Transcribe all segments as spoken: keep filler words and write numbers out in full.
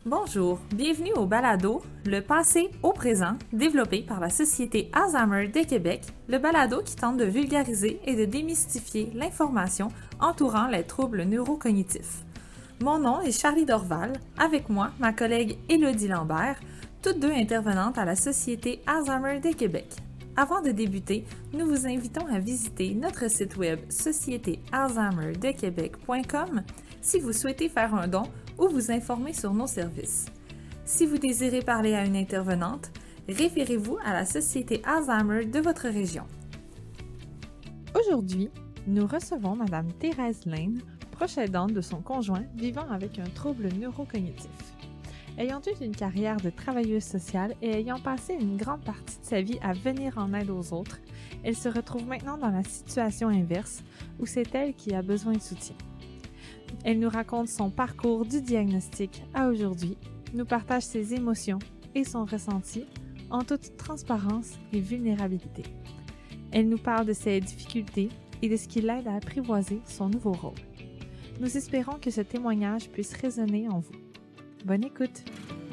Bonjour, bienvenue au balado Le passé au présent, développé par la Société Alzheimer de Québec, le balado qui tente de vulgariser et de démystifier l'information entourant les troubles neurocognitifs. Mon nom est Charlie Dorval, avec moi ma collègue Élodie Lambert, toutes deux intervenantes à la Société Alzheimer de Québec. Avant de débuter, nous vous invitons à visiter notre site web société alzheimer de québec point com si vous souhaitez faire un don ou vous informer sur nos services. Si vous désirez parler à une intervenante, référez-vous à la Société Alzheimer de votre région. Aujourd'hui, nous recevons Mme Thérèse Lane, proche aidante de son conjoint vivant avec un trouble neurocognitif. Ayant eu une carrière de travailleuse sociale et ayant passé une grande partie de sa vie à venir en aide aux autres, elle se retrouve maintenant dans la situation inverse, où c'est elle qui a besoin de soutien. Elle nous raconte son parcours du diagnostic à aujourd'hui, nous partage ses émotions et son ressenti en toute transparence et vulnérabilité. Elle nous parle de ses difficultés et de ce qui l'aide à apprivoiser son nouveau rôle. Nous espérons que ce témoignage puisse résonner en vous. Bonne écoute!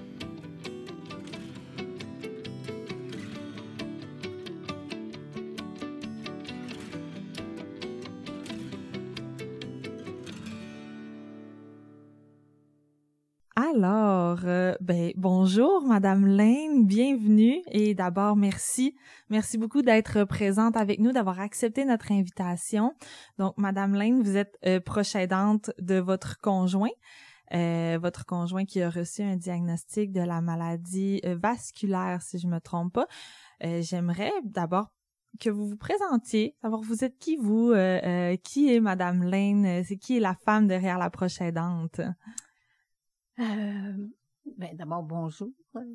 Alors, euh, ben bonjour Madame Lane, bienvenue et d'abord merci, merci beaucoup d'être présente avec nous, d'avoir accepté notre invitation. Donc Madame Lane, vous êtes euh, proche aidante de votre conjoint, euh, votre conjoint qui a reçu un diagnostic de la maladie euh, vasculaire, si je me trompe pas. Euh, j'aimerais d'abord que vous vous présentiez, savoir vous êtes qui vous, euh, euh, qui est Madame Lane, c'est qui est la femme derrière la proche aidante. Euh, ben d'abord, bonjour,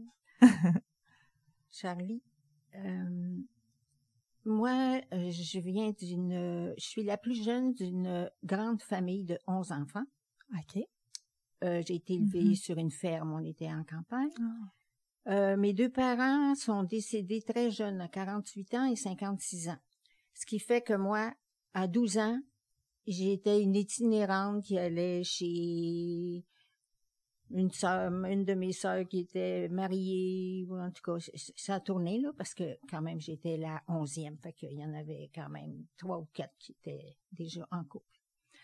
Charlie. Euh, moi, je viens d'une... Je suis la plus jeune d'une grande famille de onze enfants. OK. Euh, j'ai été élevée mm-hmm. sur une ferme, on était en campagne. Oh. Euh, mes deux parents sont décédés très jeunes, à quarante-huit ans et cinquante-six ans. Ce qui fait que moi, à douze ans, j'étais une itinérante qui allait chez... une sœur, une de mes sœurs qui était mariée, ou en tout cas, ça a tourné, là, parce que quand même, j'étais la onzième, fait qu'il y en avait quand même trois ou quatre qui étaient déjà en couple.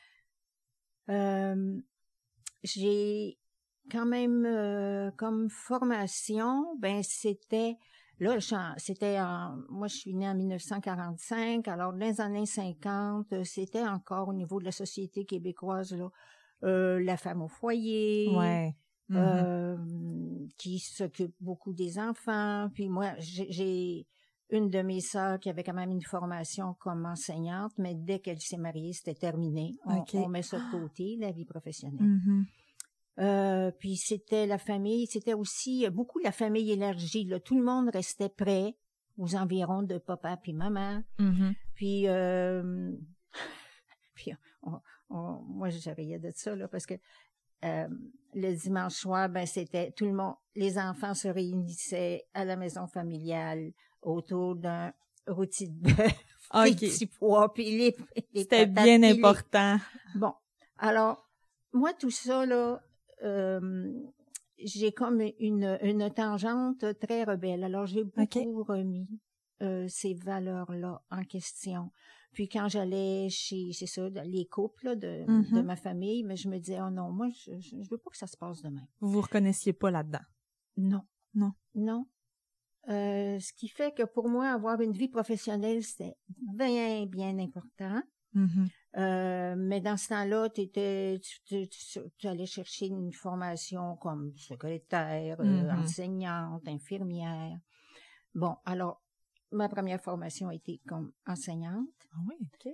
Euh, j'ai quand même, euh, comme formation, ben, c'était, là, c'était en, moi, je suis née en dix-neuf cent quarante-cinq, alors, dans les années cinquante, c'était encore au niveau de la société québécoise, là, Euh, la femme au foyer, ouais. mm-hmm. euh, qui s'occupe beaucoup des enfants. Puis moi, j'ai, j'ai une de mes sœurs qui avait quand même une formation comme enseignante, mais dès qu'elle s'est mariée, c'était terminé. On, okay. on met ça de côté, la vie professionnelle. Mm-hmm. Euh, puis c'était la famille, c'était aussi beaucoup la famille élargie. Là. Tout le monde restait près, aux environs de papa puis maman. Mm-hmm. Puis... Euh, puis on, on, moi, je riais de ça, là, parce que euh, le dimanche soir, ben, c'était tout le monde, les enfants se réunissaient à la maison familiale autour d'un rôti de bœuf, okay. des petits pois, puis les, les C'était patates, bien les... important. Bon, alors, moi, tout ça, là, euh, j'ai comme une, une tangente très rebelle. Alors, j'ai beaucoup okay. remis euh, ces valeurs-là en question. Puis quand j'allais chez, c'est ça, les couples là, de, mm-hmm. de ma famille, mais je me disais, oh non, moi, je, je, je veux pas que ça se passe de même. Vous vous reconnaissiez pas là-dedans? Non. Non. Non. Euh, ce qui fait que pour moi, avoir une vie professionnelle, c'était bien, bien important. Mm-hmm. Euh, mais dans ce temps-là, t'étais, tu, tu, tu, tu allais chercher une formation comme secrétaire, mm-hmm. euh, enseignante, infirmière. Bon, alors, ma première formation a été comme enseignante. Ah oui, OK.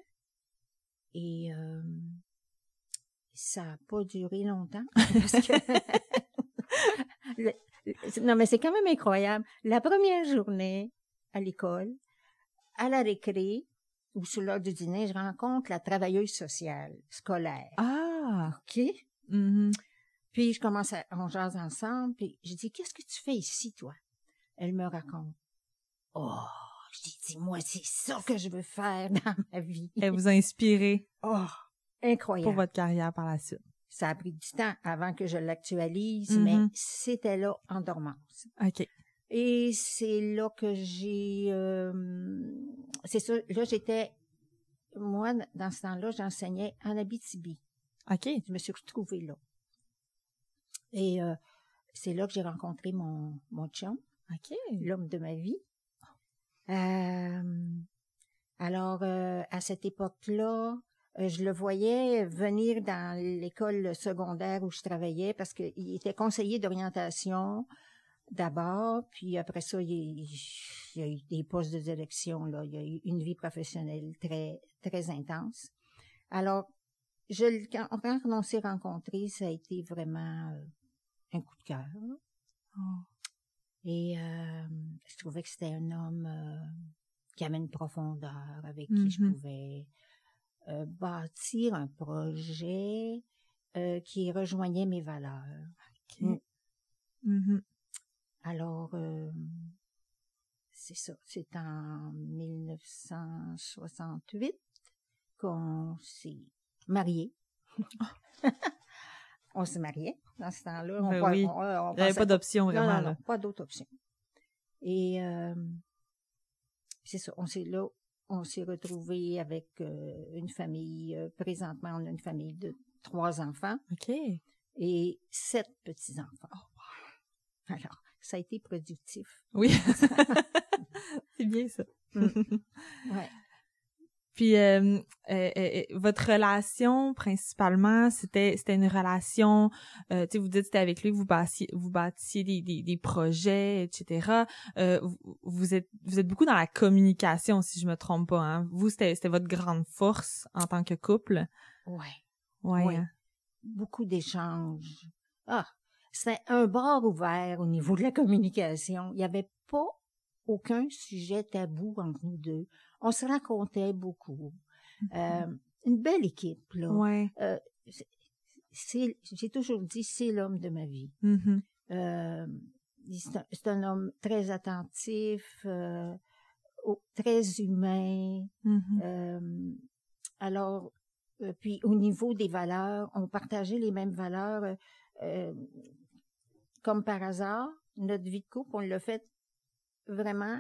Et euh, ça n'a pas duré longtemps. Parce que le, le, non, mais c'est quand même incroyable. La première journée à l'école, à la récré, ou sur l'heure du dîner, je rencontre la travailleuse sociale scolaire. Ah! OK? Mm-hmm. Puis je commence à, on jase ensemble, puis je dis, qu'est-ce que tu fais ici, toi? Elle me raconte. Oh! J'ai dit, moi, c'est ça que je veux faire dans ma vie. Elle vous a inspiré. Oh, incroyable. Pour votre carrière par la suite. Ça a pris du temps avant que je l'actualise, Mm-hmm. mais c'était là en dormance. OK. Et c'est là que j'ai... Euh, c'est ça, là, j'étais... Moi, dans ce temps-là, j'enseignais en Abitibi. OK. Je me suis retrouvée là. Et euh, c'est là que j'ai rencontré mon, mon chum, OK. l'homme de ma vie. Euh, alors, euh, à cette époque-là, euh, je le voyais venir dans l'école secondaire où je travaillais parce qu'il était conseiller d'orientation d'abord, puis après ça, il, il y a eu des postes de direction, là. Il y a eu une vie professionnelle très, très intense. Alors, je, quand, quand on s'est rencontrés, ça a été vraiment euh, un coup de cœur. Oh. Et euh, je trouvais que c'était un homme euh, qui avait une profondeur, avec Mm-hmm. qui je pouvais euh, bâtir un projet euh, qui rejoignait mes valeurs. OK. Mm. Mm-hmm. Alors, euh, c'est ça, c'est en mille neuf cent soixante-huit qu'on s'est mariés. On se mariait dans ce temps-là. On, Ben on, oui. on, on Il n'y avait pas d'option, vraiment. Non, non, là. non, pas d'autre option. Et euh, c'est ça, on s'est là, on s'est retrouvés avec euh, une famille. Euh, présentement, on a une famille de trois enfants OK. et sept petits-enfants. Oh, wow. Alors, ça a été productif. Oui. C'est bien ça. Mm. Ouais. Puis euh, euh, euh, votre relation principalement, c'était c'était une relation, euh, tu sais, vous dites que c'était avec lui que vous bâtissiez vous bâtissiez des des, des projets, et cetera. Euh, vous, vous êtes vous êtes beaucoup dans la communication, si je me trompe pas. Hein. Vous, c'était c'était votre grande force en tant que couple. Ouais. Ouais. Ouais. Hein? Beaucoup d'échanges. Ah, c'était un bar ouvert au niveau de la communication. Il n'y avait pas aucun sujet tabou entre nous deux. On se racontait beaucoup. Mm-hmm. Euh, une belle équipe, là. Ouais. Euh, c'est, c'est, j'ai toujours dit, c'est l'homme de ma vie. Mm-hmm. Euh, c'est, un, c'est un homme très attentif, euh, très humain. Mm-hmm. Euh, alors, euh, puis au niveau des valeurs, on partageait les mêmes valeurs. Euh, euh, comme par hasard, notre vie de couple, on l'a fait vraiment,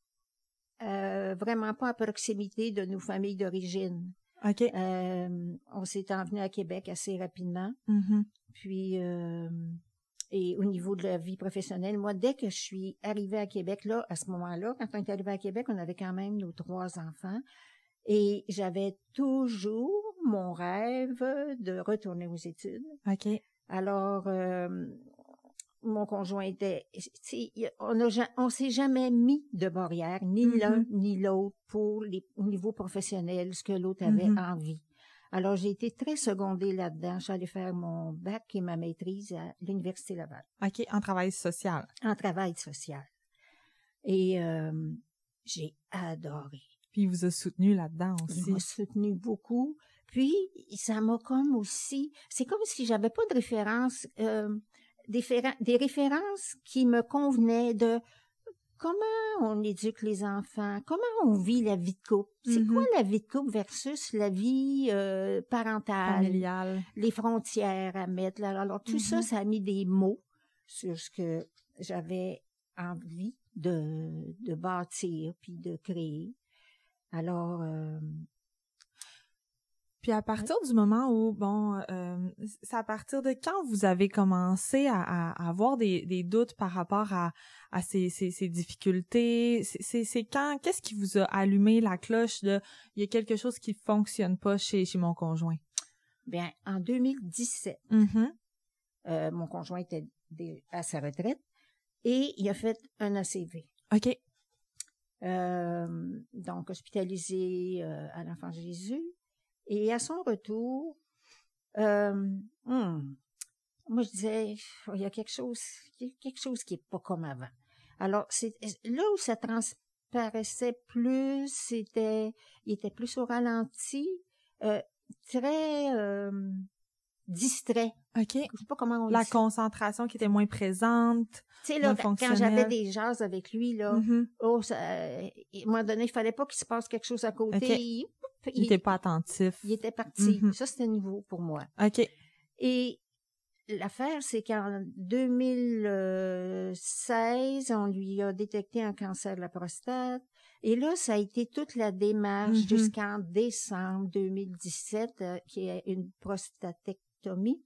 euh, vraiment pas à proximité de nos familles d'origine. OK. Euh, on s'est envenu à Québec assez rapidement. Mm-hmm. Puis, euh, et au niveau de la vie professionnelle, moi, dès que je suis arrivée à Québec, là, à ce moment-là, quand on est arrivé à Québec, on avait quand même nos trois enfants. Et j'avais toujours mon rêve de retourner aux études. OK. Alors, euh, mon conjoint était... On a, on s'est jamais mis de barrière, ni mm-hmm. l'un ni l'autre, pour les, au niveau professionnel, ce que l'autre avait mm-hmm. envie. Alors, j'ai été très secondée là-dedans. Je suis allée faire mon bac et ma maîtrise à l'Université Laval. OK, en travail social. En travail social. Et euh, j'ai adoré. Puis il vous a soutenu là-dedans aussi. Il m'a soutenu beaucoup. Puis, ça m'a comme aussi... C'est comme si j'avais pas de référence... Euh, Des, féra- des références qui me convenaient de comment on éduque les enfants, comment on vit la vie de couple. C'est mm-hmm. quoi la vie de couple versus la vie euh, parentale, familiale, les frontières à mettre. Là. Alors, tout mm-hmm. ça, ça a mis des mots sur ce que j'avais envie de, de bâtir puis de créer. Alors... Euh, Puis à partir du moment où, bon, euh, c'est à partir de quand vous avez commencé à, à, à avoir des, des doutes par rapport à, à ces, ces, ces difficultés? C'est, c'est, c'est quand, qu'est-ce qui vous a allumé la cloche de « il y a quelque chose qui fonctionne pas chez, chez mon conjoint ». Bien, en deux mille dix-sept, mm-hmm. euh, mon conjoint était à sa retraite et il a fait un A C V. OK. Euh, donc, hospitalisé euh, à l'Enfant Jésus. Et à son retour, euh, hmm, moi je disais, il y a quelque chose, il y a quelque chose qui est pas comme avant. Alors, c'est là où ça transparaissait plus, c'était, il était plus au ralenti, euh, très euh, distrait. OK. Je sais pas comment on La dit concentration qui était moins présente. Tu sais, là, quand, quand j'avais des jases avec lui, là, mm-hmm. oh, ça, euh, à un moment donné, il fallait pas qu'il se passe quelque chose à côté. Okay. Il, il était pas attentif. Il était parti. Mm-hmm. Ça, c'était nouveau pour moi. OK. Et l'affaire, c'est qu'en deux mille seize, on lui a détecté un cancer de la prostate. Et là, ça a été toute la démarche mm-hmm. jusqu'en décembre deux mille dix-sept, euh, qui est une prostatectomie.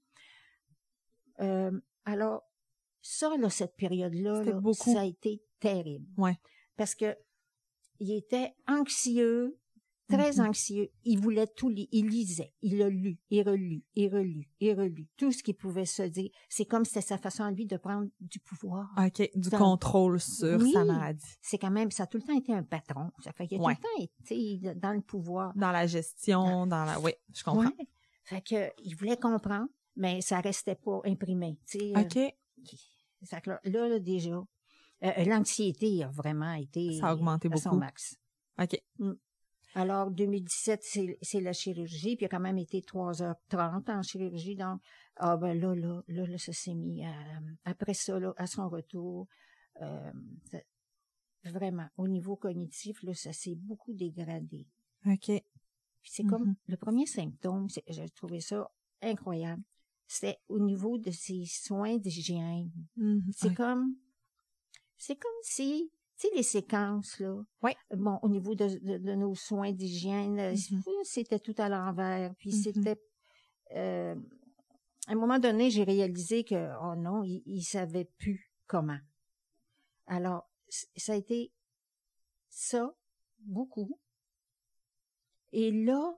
Euh, alors, ça, là, cette période-là, là, ça a été terrible. Ouais. Parce que il était anxieux, très mm-hmm. anxieux. Il voulait tout lire. Il lisait. Il l'a lu, et relu, et relu, et relu. Tout ce qu'il pouvait se dire. C'est comme si c'était sa façon à lui de prendre du pouvoir. OK, du dans... contrôle sur oui, sa maladie. C'est quand même, ça a tout le temps été un patron. Ça fait qu'il a ouais. tout le temps été dans le pouvoir. Dans la gestion, dans, dans la... Oui, je comprends. Ouais. Fait que, il voulait comprendre, mais ça restait pas imprimé, tu sais. OK. Euh, ça, là, là, déjà, euh, l'anxiété a vraiment été... Ça a augmenté à beaucoup. son max. OK. Mm. Alors, deux mille dix-sept, c'est, c'est la chirurgie, puis il a quand même été trois heures trente en chirurgie, donc, ah ben là, là, là, là ça s'est mis à, après ça, là, à son retour, euh, ça, vraiment, au niveau cognitif, là, ça s'est beaucoup dégradé. OK. Puis c'est mm-hmm. comme, le premier symptôme, c'est, j'ai trouvé ça incroyable, c'était au niveau de ses soins d'hygiène. Mm-hmm. C'est ouais. comme, c'est comme si, tu sais, les séquences, là. Oui. Bon, au niveau de, de, de nos soins d'hygiène, mm-hmm. c'était tout à l'envers. Puis mm-hmm. c'était... Euh, à un moment donné, j'ai réalisé que, oh non, il, il savait plus comment. Alors, ça a été ça, beaucoup. Et là,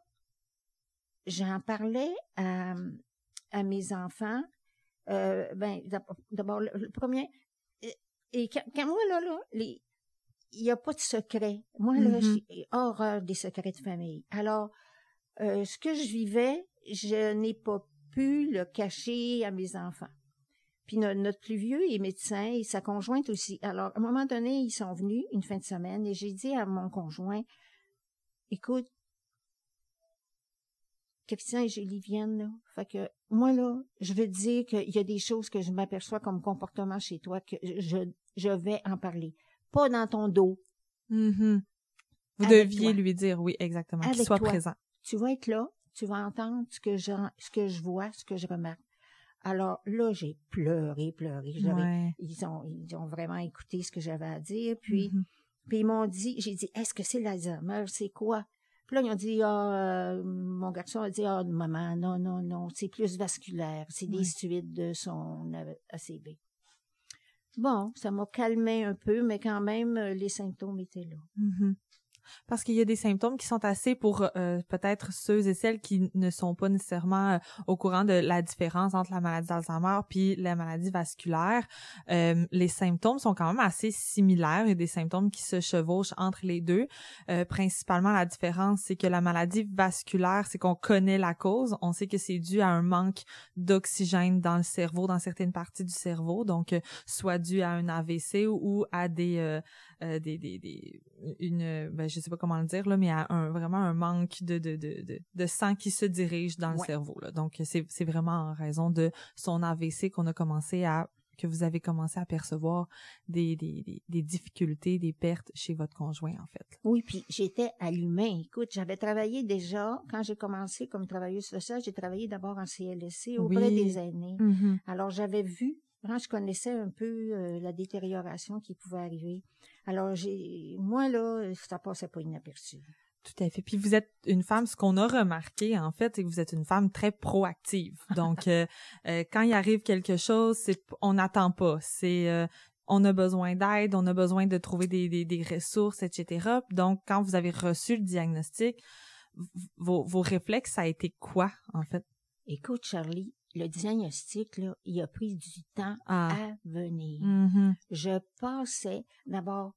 j'en parlais à, à mes enfants. Euh, ben, d'abord, le, le premier... Et quand, quand moi, là, là, les... il n'y a pas de secret. Moi, mm-hmm. là, j'ai horreur des secrets de famille. Alors, euh, ce que je vivais, je n'ai pas pu le cacher à mes enfants. Puis no- notre plus vieux est médecin et sa conjointe aussi. Alors, à un moment donné, ils sont venus une fin de semaine et j'ai dit à mon conjoint, écoute, Christian et Julie viennent, là. Fait que, moi, là, je veux dire qu'il y a des choses que je m'aperçois comme comportement chez toi que je, je vais en parler. Pas dans ton dos. Mm-hmm. Vous Avec deviez toi. Lui dire, oui, exactement, Avec qu'il soit toi. Présent. Tu vas être là, tu vas entendre ce que je, ce que je vois, ce que je remarque. Alors là, j'ai pleuré, pleuré. Ouais. Ils ont, ils ont vraiment écouté ce que j'avais à dire. Puis, mm-hmm. puis ils m'ont dit, j'ai dit, est-ce que c'est l'Alzheimer? C'est quoi? Puis là, ils ont dit, ah, euh, mon garçon a dit, ah, maman, non, non, non, c'est plus vasculaire. C'est ouais. des suites de son A C V. Bon, ça m'a calmé un peu, mais quand même, les symptômes étaient là. Mm-hmm. Parce qu'il y a des symptômes qui sont assez pour euh, peut-être ceux et celles qui ne sont pas nécessairement euh, au courant de la différence entre la maladie d'Alzheimer puis la maladie vasculaire. Euh, les symptômes sont quand même assez similaires. Il y a des symptômes qui se chevauchent entre les deux. Euh, principalement, la différence, c'est que la maladie vasculaire, c'est qu'on connaît la cause. On sait que c'est dû à un manque d'oxygène dans le cerveau, dans certaines parties du cerveau. Donc, euh, soit dû à un A V C ou, ou à des... Euh, Euh, des, des, des, une, ben, je sais pas comment le dire, là, mais à un, vraiment un manque de, de, de, de, de sang qui se dirige dans le ouais. cerveau, là. Donc, c'est, c'est vraiment en raison de son A V C qu'on a commencé à, que vous avez commencé à percevoir des, des, des, des difficultés, des pertes chez votre conjoint, en fait. Oui, puis j'étais allumée. Écoute, j'avais travaillé déjà, quand j'ai commencé comme travailleuse sociale, j'ai travaillé d'abord en C L S C auprès oui. des aînés. Mm-hmm. Alors, j'avais vu, quand je connaissais un peu euh, la détérioration qui pouvait arriver. Alors, j'ai, moi, là, ça passait pas inaperçu. Tout à fait. Puis vous êtes une femme, ce qu'on a remarqué, en fait, c'est que vous êtes une femme très proactive. Donc, euh, euh, quand il arrive quelque chose, c'est, on n'attend pas. C'est, euh, on a besoin d'aide, on a besoin de trouver des, des, des ressources, et cetera. Donc, quand vous avez reçu le diagnostic, v- vos, vos réflexes, ça a été quoi, en fait? Écoute, Charlie, le diagnostic, là, il a pris du temps ah. à venir. Mm-hmm. Je passais, d'abord,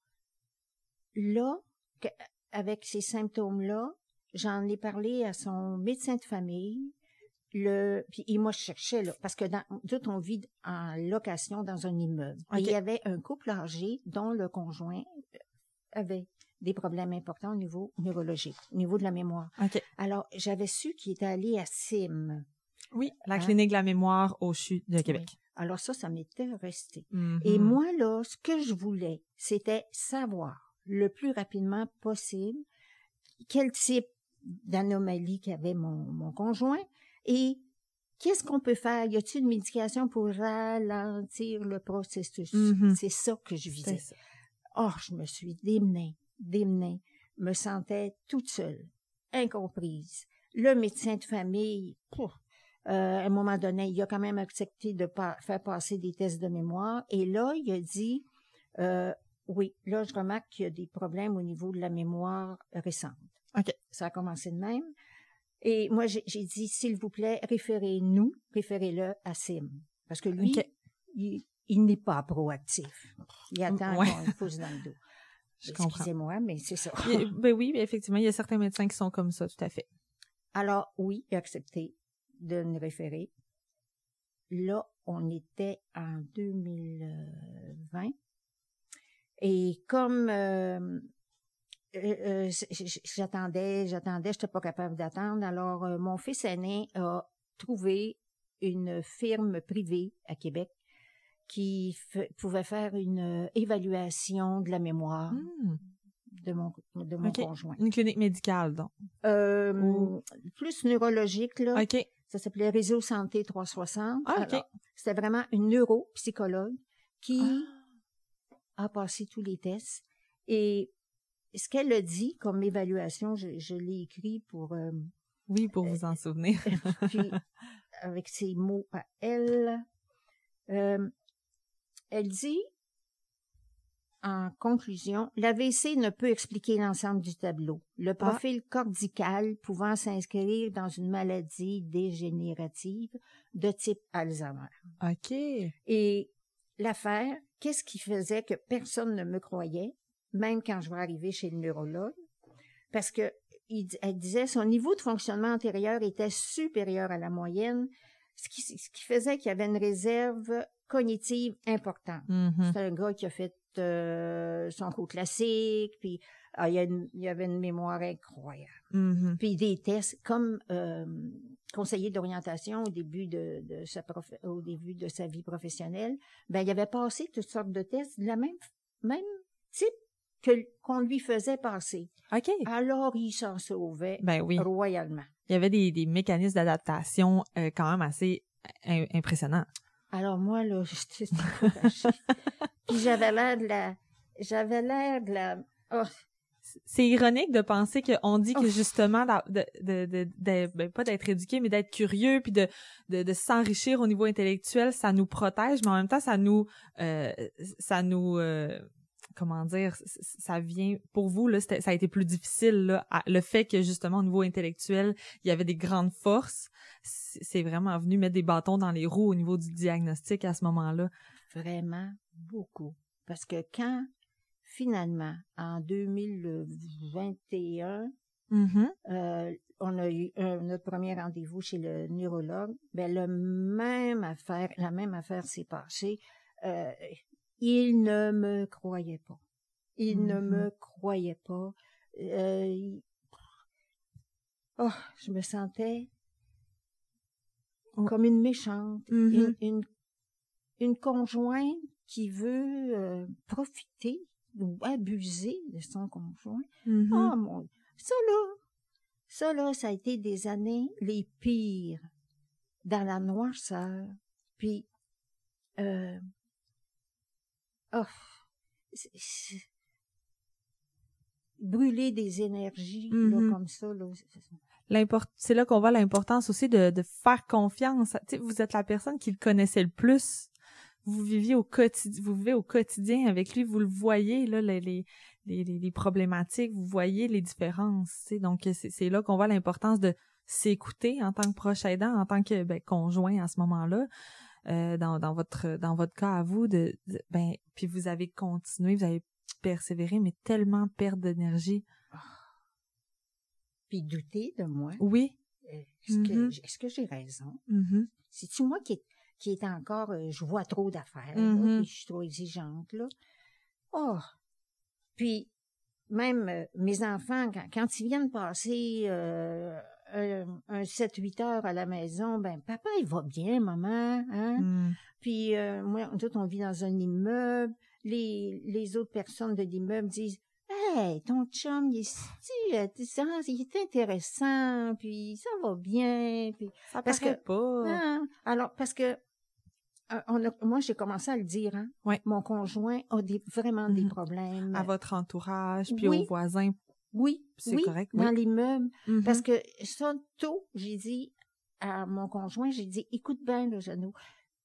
là, que, avec ces symptômes-là, j'en ai parlé à son médecin de famille, le, puis et moi, je cherchais, là, parce que dans, tout on vit en location dans un immeuble. Okay. Et il y avait un couple âgé dont le conjoint avait des problèmes importants au niveau neurologique, au niveau de la mémoire. Okay. Alors, j'avais su qu'il était allé à C I M. Oui, la hein? clinique de la mémoire au C H U de Québec. Oui. Alors ça, ça m'était resté. Mm-hmm. Et moi, là, ce que je voulais, c'était savoir le plus rapidement possible quel type d'anomalie qu'avait mon, mon conjoint et qu'est-ce qu'on peut faire? Y a-t-il une médication pour ralentir le processus? Mm-hmm. C'est ça que je visais. Ça. Oh, je me suis démenée, démenée, me sentais toute seule, incomprise. Le médecin de famille, pouf, euh, à un moment donné, il a quand même accepté de pa- faire passer des tests de mémoire. Et là, il a dit, euh, oui, là, je remarque qu'il y a des problèmes au niveau de la mémoire récente. OK. Ça a commencé de même. Et moi, j'ai, j'ai dit, s'il vous plaît, référez-nous, référez-le à S I M. Parce que lui, okay. il, il n'est pas proactif. Il attend ouais. qu'on le pousse dans le dos. Je Excusez-moi, mais c'est ça. Il, ben oui, effectivement, il y a certains médecins qui sont comme ça, tout à fait. Alors, oui, il a accepté de me référer. Là, on était en deux mille vingt. Et comme euh, euh, j'attendais, j'attendais, j'étais pas capable d'attendre, alors euh, mon fils aîné a trouvé une firme privée à Québec qui f- pouvait faire une évaluation de la mémoire mmh. de mon, de mon okay. conjoint. Une clinique médicale, donc. Euh, Ou... Plus neurologique, là. OK. Ça s'appelait Réseau Santé trois cent soixante. Ah, OK. Alors, c'était vraiment une neuropsychologue qui ah. a passé tous les tests. Et ce qu'elle a dit comme évaluation, je, je l'ai écrit pour... Euh, oui, pour vous en souvenir. Puis, avec ses mots à elle, euh, elle dit, en conclusion, l'A V C ne peut expliquer l'ensemble du tableau. Le profil ah. cortical pouvant s'inscrire dans une maladie dégénérative de type Alzheimer. OK. Et l'affaire, qu'est-ce qui faisait que personne ne me croyait, même quand je vais arriver chez le neurologue? Parce que il, elle disait son niveau de fonctionnement antérieur était supérieur à la moyenne, ce qui, ce qui faisait qu'il y avait une réserve cognitive importante. Mm-hmm. C'est un gars qui a fait euh, son cours classique, puis ah, il, y a une, il y avait une mémoire incroyable. Mm-hmm. Puis des tests, comme euh, conseiller d'orientation au début de, de sa prof, au début de sa vie professionnelle, ben il avait passé toutes sortes de tests de la même même type que qu'on lui faisait passer. OK. Alors il s'en sauvait ben oui. royalement. Il y avait des, des mécanismes d'adaptation euh, quand même assez in- impressionnants. Alors moi, là, j'étais découragée. Puis j'avais l'air de la... J'avais l'air de la... Oh. C'est ironique de penser qu'on dit que justement, de, de, de, de, ben, pas d'être éduqué, mais d'être curieux, puis de, de, de s'enrichir au niveau intellectuel, ça nous protège, mais en même temps, ça nous... Euh, ça nous... Euh, comment dire, ça vient, pour vous, là, ça a été plus difficile, là, le fait que, justement, au niveau intellectuel, il y avait des grandes forces, c'est vraiment venu mettre des bâtons dans les roues au niveau du diagnostic à ce moment-là. Vraiment beaucoup. Parce que quand, finalement, en deux mille vingt et un, mm-hmm. euh, on a eu un, notre premier rendez-vous chez le neurologue, ben, le même affaire, la même affaire s'est passée. Euh, Il ne me croyait pas. Il mm-hmm. ne me croyait pas. Euh, il... Oh, je me sentais oh. comme une méchante, mm-hmm. une, une, une conjointe qui veut euh, profiter ou abuser de son conjoint. Mm-hmm. Oh mon, ça là, ça là, ça a été des années les pires dans la noirceur. Puis, euh, oh, c'est, c'est... brûler des énergies mm-hmm. là, comme ça. Là, c'est, L'import... c'est là qu'on voit l'importance aussi de, de faire confiance. T'sais, vous êtes la personne qui le connaissait le plus. Vous viviez au quotidien, vous vivez au quotidien avec lui. Vous le voyez là, les, les, les, les problématiques. Vous voyez les différences. T'sais. Donc c'est, c'est là qu'on voit l'importance de s'écouter en tant que proche aidant, en tant que ben, conjoint à ce moment-là. Euh, dans, dans votre dans votre cas à vous de, de ben puis vous avez continué, vous avez persévéré, mais tellement perte d'énergie. Oh. Puis douter de moi. Oui. Est-ce mm-hmm. que est-ce que j'ai raison? Mm-hmm. C'est-tu moi qui est, qui est encore euh, je vois trop d'affaires, mm-hmm. là, puis je suis trop exigeante là. Oh. Puis même euh, mes enfants quand, quand ils viennent passer euh, un, un sept huit heures à la maison, ben papa il va bien, maman, hein. Mm. Puis euh, moi, nous on vit dans un immeuble, les les autres personnes de l'immeuble disent hey, ton chum, il est, tu, euh, tu sais, il est intéressant, puis ça va bien, puis Ça parce paraît que pas. hein, alors parce que euh, on a, moi j'ai commencé à le dire, hein. Ouais. Mon conjoint a des vraiment des Mhm. problèmes. À votre entourage, puis Oui. aux voisins, Oui, c'est oui, correct, dans oui. l'immeuble. Mhm. Parce que ça, tôt, j'ai dit à mon conjoint, j'ai dit, écoute bien, le genou,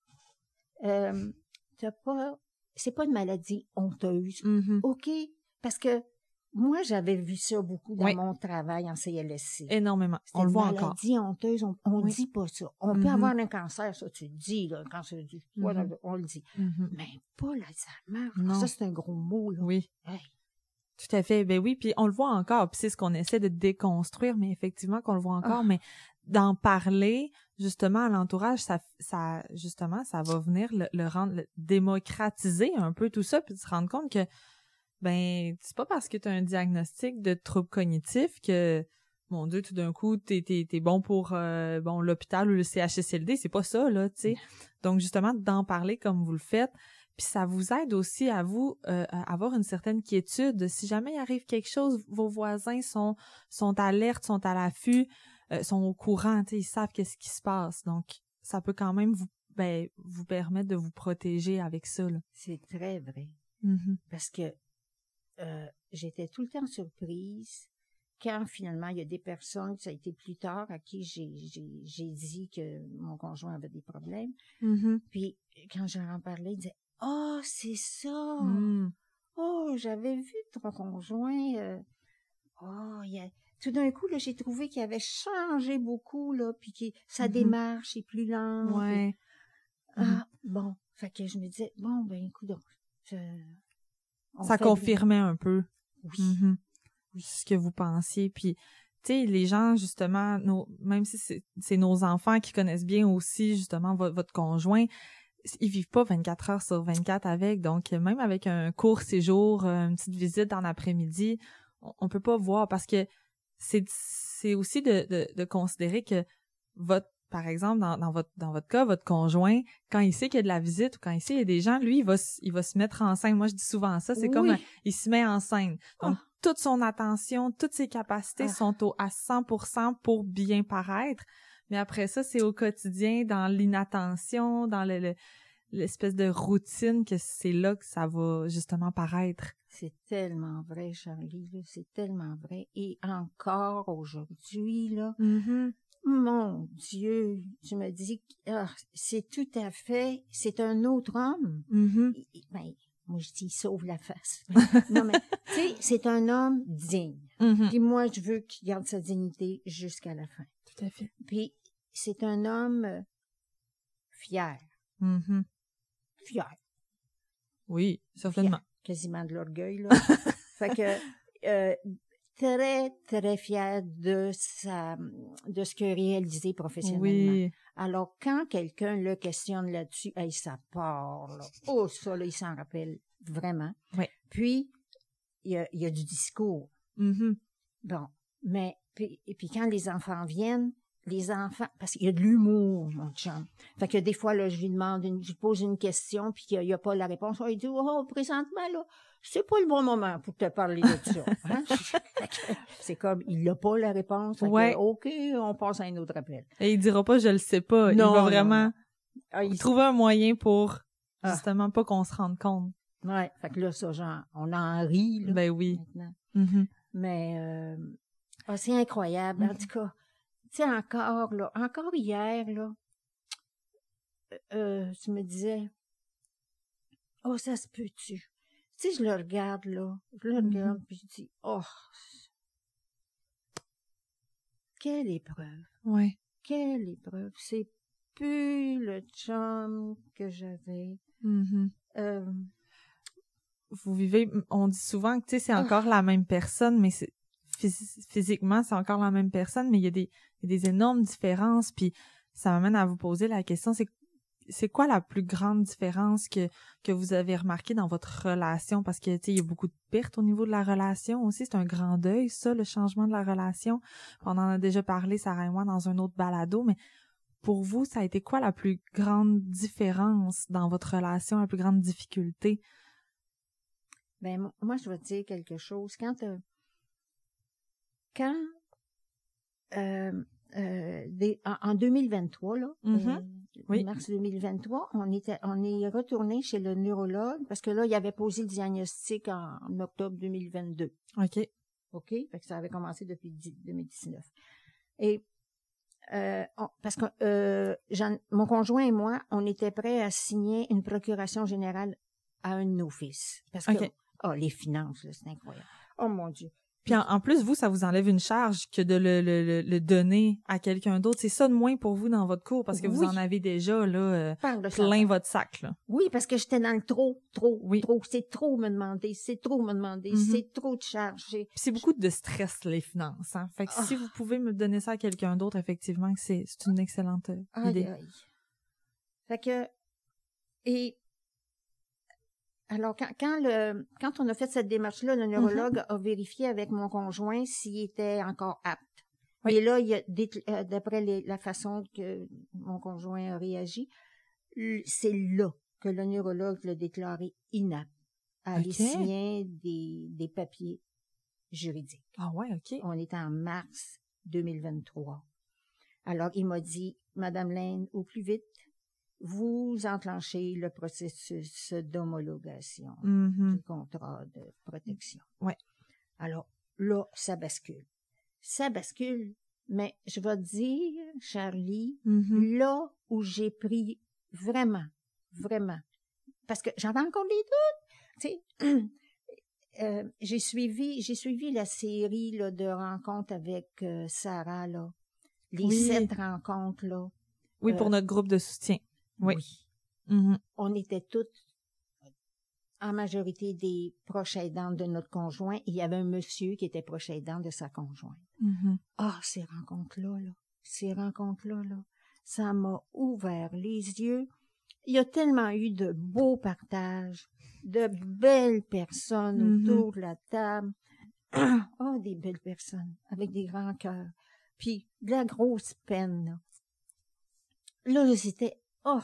euh, t'as pas, c'est pas une maladie honteuse, Mhm. OK? Parce que moi, j'avais vu ça beaucoup dans Oui. mon travail en C L S C. Énormément. C'était On le une voit encore. maladie honteuse, on, on Oui. dit pas ça. On Mhm. peut avoir un cancer, ça tu le dis, là, un cancer du foie, Mhm. là, on le dit. Mhm. Mais pas l'Alzheimer. Non. Ça, c'est un gros mot, là. Oui. Hey. Tout à fait. Ben oui, puis on le voit encore, puis c'est ce qu'on essaie de déconstruire, mais effectivement qu'on le voit encore, Ah. mais d'en parler justement à l'entourage, ça, ça justement, ça va venir le, le rendre, le démocratiser un peu tout ça, puis de se rendre compte que ben c'est pas parce que tu as un diagnostic de trouble cognitif que mon Dieu, tout d'un coup, t'es t'es t'es bon pour euh, bon l'hôpital ou le C H S L D, c'est pas ça là, tu sais. Donc justement d'en parler comme vous le faites. Puis ça vous aide aussi à vous euh, à avoir une certaine quiétude. Si jamais il arrive quelque chose, vos voisins sont sont alertes, sont à l'affût, euh, sont au courant, tu sais, ils savent qu'est-ce qui se passe. Donc ça peut quand même vous ben vous permettre de vous protéger avec ça là. C'est très vrai. Mm-hmm. Parce que euh, j'étais tout le temps surprise quand finalement il y a des personnes, ça a été plus tard, à qui j'ai j'ai j'ai dit que mon conjoint avait des problèmes. Mm-hmm. Puis quand j'en parlais, il disait « Ah, oh, c'est ça! Mm. Oh, j'avais vu ton conjoint. Euh, oh, il a... » Tout d'un coup, là, j'ai trouvé qu'il avait changé beaucoup, là, puis que sa Mm-hmm. démarche est plus lente. Ouais. Puis... Ah, mm-hmm. Bon. Fait que je me disais, bon, ben, écoute, donc, je... ça confirmait bien. Un peu. Oui. Mm-hmm. Oui. Ce que vous pensiez. Puis, tu sais, les gens, justement, nos, même si c'est, c'est nos enfants qui connaissent bien aussi, justement, votre, votre conjoint, ils vivent pas vingt-quatre heures sur vingt-quatre avec, donc même avec un court séjour, une petite visite dans l'après-midi, on, on peut pas voir parce que c'est c'est aussi de, de, de considérer que votre, par exemple, dans, dans votre dans votre cas, votre conjoint, quand il sait qu'il y a de la visite ou quand il sait qu'il y a des gens, lui, il va il va se mettre en scène. Moi, je dis souvent ça, c'est oui. comme un, il se met en scène. Donc, oh. toute son attention, toutes ses capacités oh. sont au à cent pour cent pour bien paraître. Mais après ça, c'est au quotidien, dans l'inattention, dans le, le, l'espèce de routine, que c'est là que ça va justement paraître. C'est tellement vrai, Charlie, là, c'est tellement vrai. Et encore aujourd'hui, là, mm-hmm. mon Dieu, je me dis, ah, c'est tout à fait, c'est un autre homme. Mm-hmm. Et, ben, moi, je dis, il sauve la face. Non, mais, tu sais, c'est un homme digne. Mm-hmm. Puis moi, je veux qu'il garde sa dignité jusqu'à la fin. Tout à fait. Puis, c'est un homme euh, fier. Mm-hmm. Fier. Oui, certainement. Fier. Quasiment de l'orgueil, là. Fait que, euh, très, très fier de sa, de ce qu'il a réalisé professionnellement. Oui. Alors, quand quelqu'un le questionne là-dessus, hey, ça part, là. Oh, ça, là, il s'en rappelle vraiment. Oui. Puis, il y a, il y a du discours. Mm-hmm. Bon. Mais, puis, et puis quand les enfants viennent, les enfants, parce qu'il y a de l'humour, mon chum. Fait que des fois, là, je lui demande, une, je lui pose une question, puis qu'il n'y a, a pas la réponse. Oh, il dit, oh, présentement, là, c'est pas le bon moment pour te parler de ça. Hein? C'est comme, il n'a pas la réponse. Fait ouais. que, OK, on passe à un autre appel. Et il dira pas, je le sais pas. Non, il va vraiment non, non. Ah, il... trouver un moyen pour, justement, ah. pas qu'on se rende compte. Ouais. Fait que là, ça, genre, on en rit, là. Ben oui. Maintenant. Mm-hmm. Mais, euh, ah, c'est incroyable. Mm-hmm. En tout cas, tu sais, encore, là, encore hier, là, euh, tu me disais, oh, ça se peut-tu? Tu sais, je le regarde, là, je le mm-hmm. regarde, puis je dis, oh, quelle épreuve. Ouais. Quelle épreuve. C'est plus le chum que j'avais. Mm-hmm. Euh, Vous vivez, on dit souvent que, tu sais, c'est encore oh. la même personne, mais c'est, phys- physiquement, c'est encore la même personne, mais il y a des, il y a des énormes différences, puis ça m'amène à vous poser la question, c'est c'est quoi la plus grande différence que que vous avez remarqué dans votre relation? Parce que, tu sais, il y a beaucoup de pertes au niveau de la relation aussi. C'est un grand deuil, ça, le changement de la relation. On en a déjà parlé, Sarah et moi, dans un autre balado, mais pour vous, ça a été quoi la plus grande différence dans votre relation, la plus grande difficulté? Ben, moi, je vais te dire quelque chose. Quand, euh, quand, euh, euh, des, en, en deux mille vingt-trois, là, Mm-hmm. euh, Oui. mars deux mille vingt-trois, on était, on est retourné chez le neurologue parce que là, il avait posé le diagnostic en, en octobre deux mille vingt-deux. OK. OK? Fait que ça avait commencé depuis deux mille dix-neuf. Et, euh, on, parce que, euh, Jean, mon conjoint et moi, on était prêts à signer une procuration générale à un de nos fils. Parce que, OK. oh, les finances, là, c'est incroyable. Oh, mon Dieu. Puis en, en plus, vous, ça vous enlève une charge que de le, le, le, le donner à quelqu'un d'autre. C'est ça de moins pour vous dans votre cours parce que Oui. vous en avez déjà là euh, Parle de plein ça. votre sac. Là. Oui, parce que j'étais dans le trop, trop, Oui. trop. C'est trop me demander, c'est trop me demander, Mm-hmm. c'est trop de charges. J'ai... Puis c'est beaucoup de stress, les finances. Hein? Fait que Oh. si vous pouvez me donner ça à quelqu'un d'autre, effectivement, c'est, c'est une excellente euh, Aïe, idée. aïe. Fait que, et, alors, quand, quand le, quand on a fait cette démarche-là, le neurologue mm-hmm. a vérifié avec mon conjoint s'il était encore apte. Oui. Et là, il a, d'après les, la façon que mon conjoint a réagi, c'est là que le neurologue l'a déclaré inapte à aller okay. signer des, des papiers juridiques. Ah ouais, OK. On est en mars deux mille vingt-trois. Alors, il m'a dit, Madame Lane, au plus vite, vous enclenchez le processus d'homologation mm-hmm. du contrat de protection. Ouais. Alors, là, ça bascule. Ça bascule, mais je vais te dire, Charlie, mm-hmm. là où j'ai pris vraiment, vraiment, parce que j'avais encore des doutes, tu sais, euh, j'ai suivi, j'ai suivi la série là, de rencontres avec euh, Sarah, là, les oui. sept rencontres, là. Oui, euh, pour notre groupe de soutien. Oui. oui. Mm-hmm. On était toutes, en majorité, des proches aidantes de notre conjoint. Il y avait un monsieur qui était proche aidant de sa conjointe. Mm-hmm. Ah, ces rencontres-là, là, ces rencontres-là, là, ça m'a ouvert les yeux. Il y a tellement eu de beaux partages, de belles personnes mm-hmm. autour de la table. Oh, des belles personnes, avec des grands cœurs. Puis, de la grosse peine, là. Là, c'était, oh,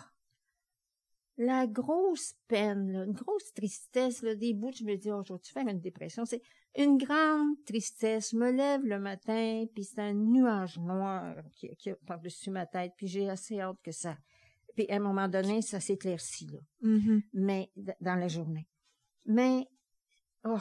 la grosse peine, là, une grosse tristesse, là, des bouts, je me dis, oh, je vais-tu faire une dépression? C'est une grande tristesse. Je me lève le matin, puis c'est un nuage noir qui, qui est par-dessus ma tête, puis j'ai assez hâte que ça... Puis à un moment donné, ça s'éclaircit, là. Mm-hmm. Mais, d- dans la journée. Mais, oh...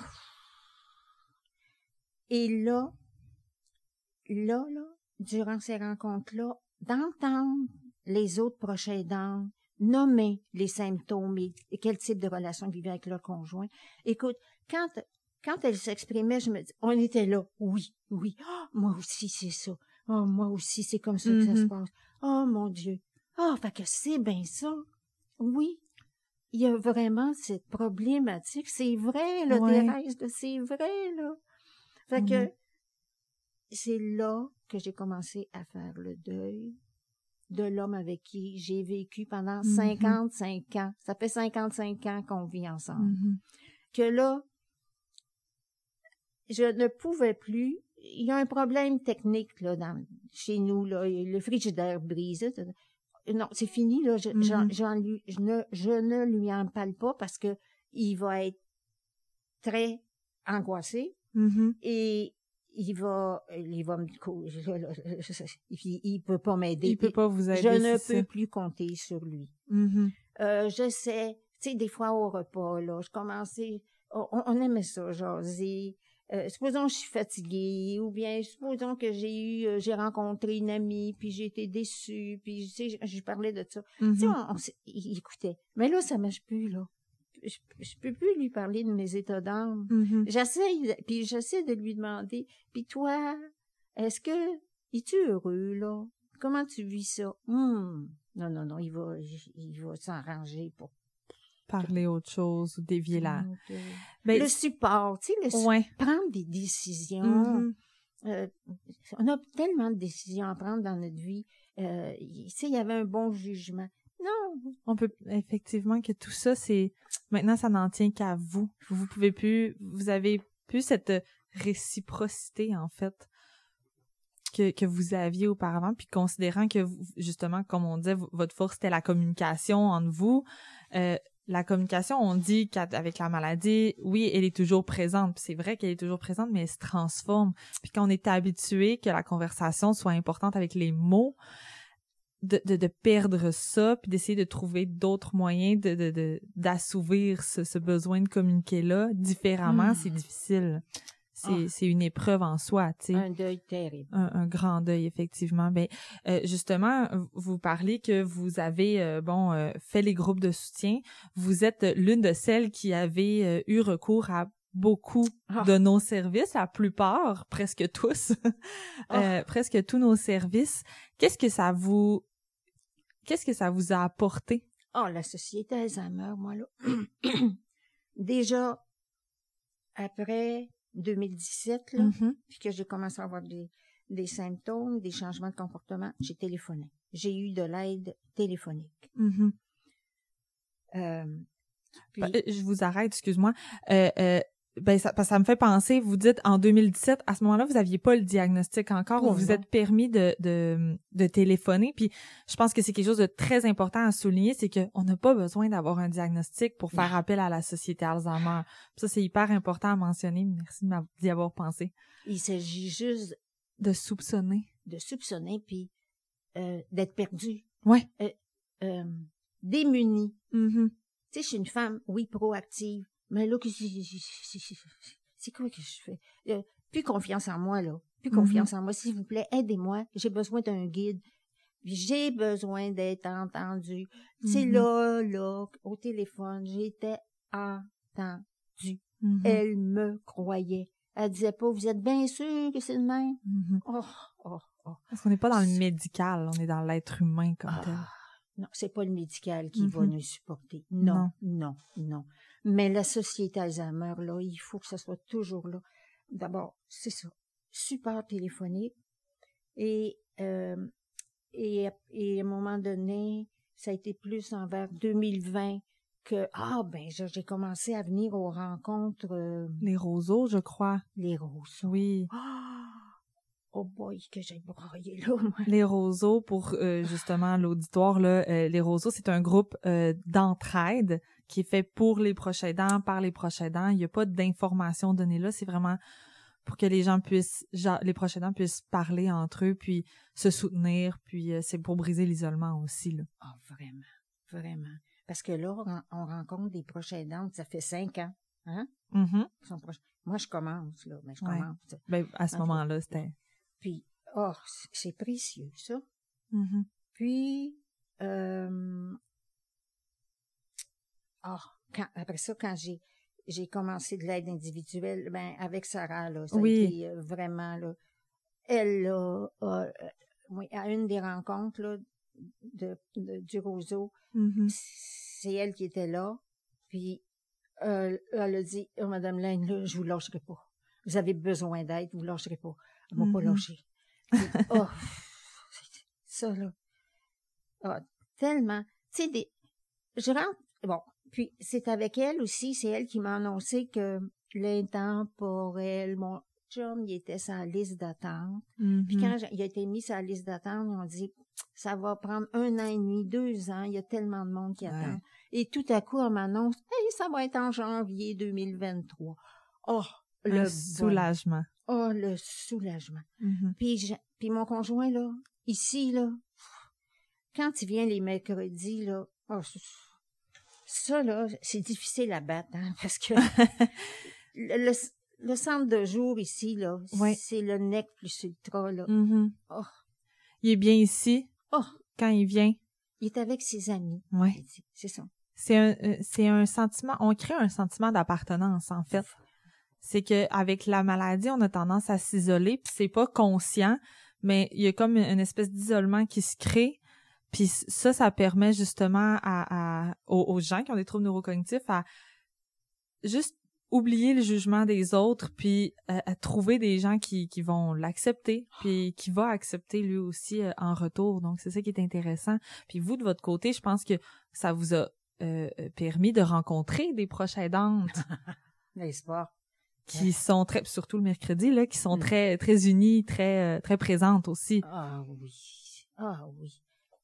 Et là, là, là, durant ces rencontres-là, d'entendre les autres proches aidants nommer les symptômes et, et quel type de relation ils vivaient avec leur conjoint. Écoute, quand, quand elles s'exprimaient, je me dis, on était là, oui, oui, oh, moi aussi c'est ça, oh, moi aussi c'est comme ça que mm-hmm. ça se passe, oh mon Dieu, oh, fait que c'est bien ça, oui, il y a vraiment cette problématique, c'est vrai, là, ouais. Thérèse, là, c'est vrai, là. Fait mm-hmm. que c'est là que j'ai commencé à faire le deuil de l'homme avec qui j'ai vécu pendant mm-hmm. cinquante-cinq ans. Ça fait cinquante-cinq ans qu'on vit ensemble. Mm-hmm. Que là, je ne pouvais plus. Il y a un problème technique là dans, chez nous. Là, le frigidaire brise. Non, c'est fini. Là. Je, mm-hmm. j'en, j'en lui, je, ne, je ne lui en parle pas parce que il va être très angoissé. Mm-hmm. Et il va, il va me, il, il peut pas m'aider. Il peut pas vous aider. Je ne c'est peux ça. plus compter sur lui. Mm-hmm. Euh, je sais, tu sais, des fois au repas, là, je commençais, on, on aimait ça, jaser. Euh, supposons que je suis fatiguée, ou bien supposons que j'ai eu, euh, j'ai rencontré une amie, puis j'ai été déçue, puis tu sais, je parlais de ça. Mm-hmm. Tu sais, on, on, il écoutait. Mais là, ça marche plus, là. Je, je peux plus lui parler de mes états d'âme. Mm-hmm. J'essaie, puis j'essaie de lui demander, puis toi, est-ce que, es-tu heureux, là? Comment tu vis ça? Hum. Non, non, non, il va, il va s'arranger pour parler autre chose ou dévier la... Okay. Ben, le support, tu sais, le su- ouais. prendre des décisions. Mm-hmm. Euh, on a tellement de décisions à prendre dans notre vie. Euh, tu sais, il y avait un bon jugement. Non. On peut effectivement que tout ça, c'est maintenant ça n'en tient qu'à vous. Vous pouvez plus, vous avez plus cette réciprocité en fait que que vous aviez auparavant. Puis considérant que vous, justement, comme on disait, votre force c'était la communication entre vous, euh, la communication, on dit qu'avec la maladie, oui, elle est toujours présente. Puis c'est vrai qu'elle est toujours présente, mais elle se transforme. Puis quand on est habitué que la conversation soit importante avec les mots, de, de, de perdre ça, puis d'essayer de trouver d'autres moyens de, de, de, d'assouvir ce, ce besoin de communiquer-là différemment, mmh. c'est difficile. C'est, oh. c'est une épreuve en soi, tu sais. Un deuil terrible. Un, un grand deuil, effectivement. Ben, euh, justement, vous parlez que vous avez, euh, bon, euh, fait les groupes de soutien. Vous êtes l'une de celles qui avez euh, eu recours à beaucoup oh. de nos services, la plupart, presque tous, oh. euh, presque tous nos services. Qu'est-ce que ça vous, qu'est-ce que ça vous a apporté? Oh, la Société Alzheimer, moi, là. Déjà, après deux mille dix-sept, là, mm-hmm. puis que j'ai commencé à avoir des, des symptômes, des changements de comportement, j'ai téléphoné. J'ai eu de l'aide téléphonique. Mm-hmm. Euh, puis... Je vous arrête, excuse-moi. Euh, euh, ben ça, ça me fait penser, vous dites en deux mille dix-sept, à ce moment-là, vous aviez pas le diagnostic encore, oh, vous vous êtes permis de, de, de téléphoner, puis je pense que c'est quelque chose de très important à souligner, c'est qu'on n'a pas besoin d'avoir un diagnostic pour faire non. appel à la Société Alzheimer. Ça, c'est hyper important à mentionner. Merci d'y avoir pensé. Il s'agit juste de soupçonner. De soupçonner, puis euh, d'être perdu. Ouais. Euh, euh, démunie. Mm-hmm. Tu sais, je suis une femme, oui, proactive, mais là, c'est quoi que je fais? Euh, plus confiance en moi, là. Plus confiance mm-hmm. en moi. S'il vous plaît, aidez-moi. J'ai besoin d'un guide. J'ai besoin d'être entendue. Mm-hmm. Tu sais, là, là, au téléphone, j'étais entendue. Mm-hmm. Elle me croyait. Elle disait pas, vous êtes bien sûr que c'est le même? Mm-hmm. Oh, oh, oh. Parce qu'on n'est pas dans le médical, on est dans l'être humain comme ah. tel. Non, c'est pas le médical qui mm-hmm. va nous supporter. Non, non, non, non. Mais la Société Alzheimer, là, il faut que ça soit toujours là. D'abord, c'est ça. Support téléphonique. Et, euh, et, et à un moment donné, ça a été plus envers deux mille vingt que, ah, ben, j'ai commencé à venir aux rencontres. Euh, les roseaux, je crois. Les roseaux. Oui. Ah! Oh boy, que j'ai broyé là, moi. Les roseaux, pour euh, justement l'auditoire, là, euh, les roseaux, c'est un groupe euh, d'entraide qui est fait pour les proches aidants, par les proches aidants. Il n'y a pas d'informations données là, c'est vraiment pour que les gens puissent, genre, les proches aidants puissent parler entre eux, puis se soutenir, puis euh, c'est pour briser l'isolement aussi, là. Oh, vraiment, vraiment. Parce que là, on, on rencontre des proches aidantes, ça fait cinq ans, hein? Mm-hmm. Moi, je commence, là, mais je ouais. commence. Ben, à ce moment-là, c'était... Puis, oh, c'est précieux, ça. Mm-hmm. Puis, euh, oh, quand, après ça, quand j'ai j'ai commencé de l'aide individuelle, ben avec Sarah, là, ça oui. a été euh, vraiment, là, elle, là, euh, oui, à une des rencontres, là, de, de du roseau, mm-hmm. c'est elle qui était là, puis euh, elle a dit, oh, Madame Laine, là, je vous lâcherai pas. Vous avez besoin d'aide, vous lâcherez pas. Elle m'a mm-hmm. pas lâché. Oh, ça, là. Oh, tellement. Tu sais, des, je rentre, bon, puis c'est avec elle aussi, c'est elle qui m'a annoncé que l'intemporel, mon chum, il était sur la liste d'attente. Mm-hmm. Puis quand il a été mis sur la liste d'attente, ils ont dit, ça va prendre un an et demi, deux ans, il y a tellement de monde qui attend. Ouais. Et tout à coup, on m'annonce, hey, ça va être en janvier deux mille vingt-trois. Oh, le soulagement. Oh, le soulagement. Mm-hmm. Puis, je, puis mon conjoint, là, ici, là, quand il vient les mercredis, là, oh, ça, là, c'est difficile à battre, hein, parce que le, le, le centre de jour ici, là, ouais. c'est le nec plus ultra, là. Mm-hmm. Oh. Il est bien ici. Oh. Quand il vient. Il est avec ses amis. Ouais. C'est ça. C'est un, c'est un sentiment, on crée un sentiment d'appartenance, en fait. C'est que avec la maladie, on a tendance à s'isoler, puis c'est pas conscient, mais il y a comme une espèce d'isolement qui se crée, puis ça, ça permet justement à, à aux, aux gens qui ont des troubles neurocognitifs à juste oublier le jugement des autres, puis à, à trouver des gens qui qui vont l'accepter, puis qui va accepter lui aussi euh, en retour. Donc c'est ça qui est intéressant. Puis vous de votre côté, je pense que ça vous a euh, permis de rencontrer des proches aidantes. N'est-ce pas? Qui ouais. sont très, surtout le mercredi, là, qui sont mmh. très, très unies, très, euh, très présentes aussi. Ah oui. Ah oui.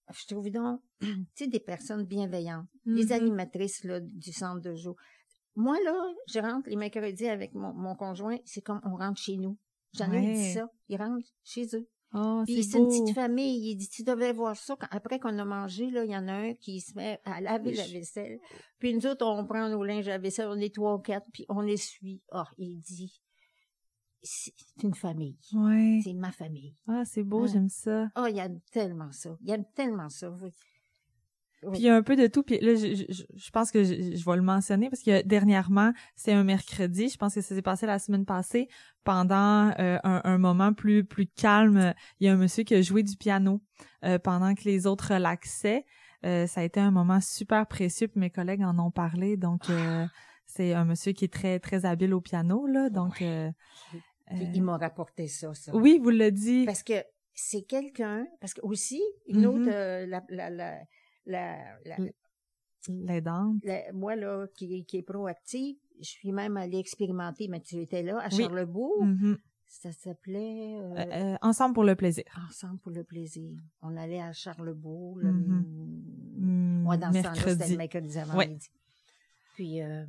je trouve donc, tu sais, des personnes bienveillantes, Mm-hmm. les animatrices là, du centre de jour. Moi, là, je rentre les mercredis avec mon, mon conjoint, c'est comme on rentre chez nous. J'en ai Ouais. dit ça. Ils rentrent chez eux. Oh, Puis c'est c'est une beau. petite famille. Il dit, tu devrais voir ça. Quand- après qu'on a mangé, là, il y en a un qui se met à laver la vaisselle. Puis nous autres, on prend nos linges à vaisselle, on est trois ou quatre, puis on essuie. Ah, il dit, c'est une famille. Ouais. C'est ma famille. Ah, c'est beau, Ouais. j'aime ça. Ah, il aime tellement ça. Il aime tellement ça. Oui. Puis il y a un peu de tout. Puis là, je, je, je pense que je, je vais le mentionner parce que dernièrement, c'est un mercredi. Je pense que ça s'est passé la semaine passée. Pendant euh, un, un moment plus plus calme, il y a un monsieur qui a joué du piano euh, pendant que les autres relaxaient. Euh, ça a été un moment super précieux. Puis mes collègues en ont parlé. Donc, euh, c'est un monsieur qui est très très habile au piano là. Donc, euh, Puis euh, il m'a rapporté ça, ça. oui, vous le dit. Parce que c'est quelqu'un, parce que aussi, une Mhm. autre, euh, la, la, la, la, la, L'aidante. la- moi, là, qui, qui est proactive, je suis même allée expérimenter, mais tu étais là, à Oui. Charlebourg. Mhm. Ça s'appelait euh, Euh, euh, ensemble pour le plaisir. Ensemble pour le plaisir. On allait à Charlebourg, le, Mhm. mm, moi, dans ce temps-là, c'était Mercredi. le mercredi avant Ouais. midi. Puis, euh,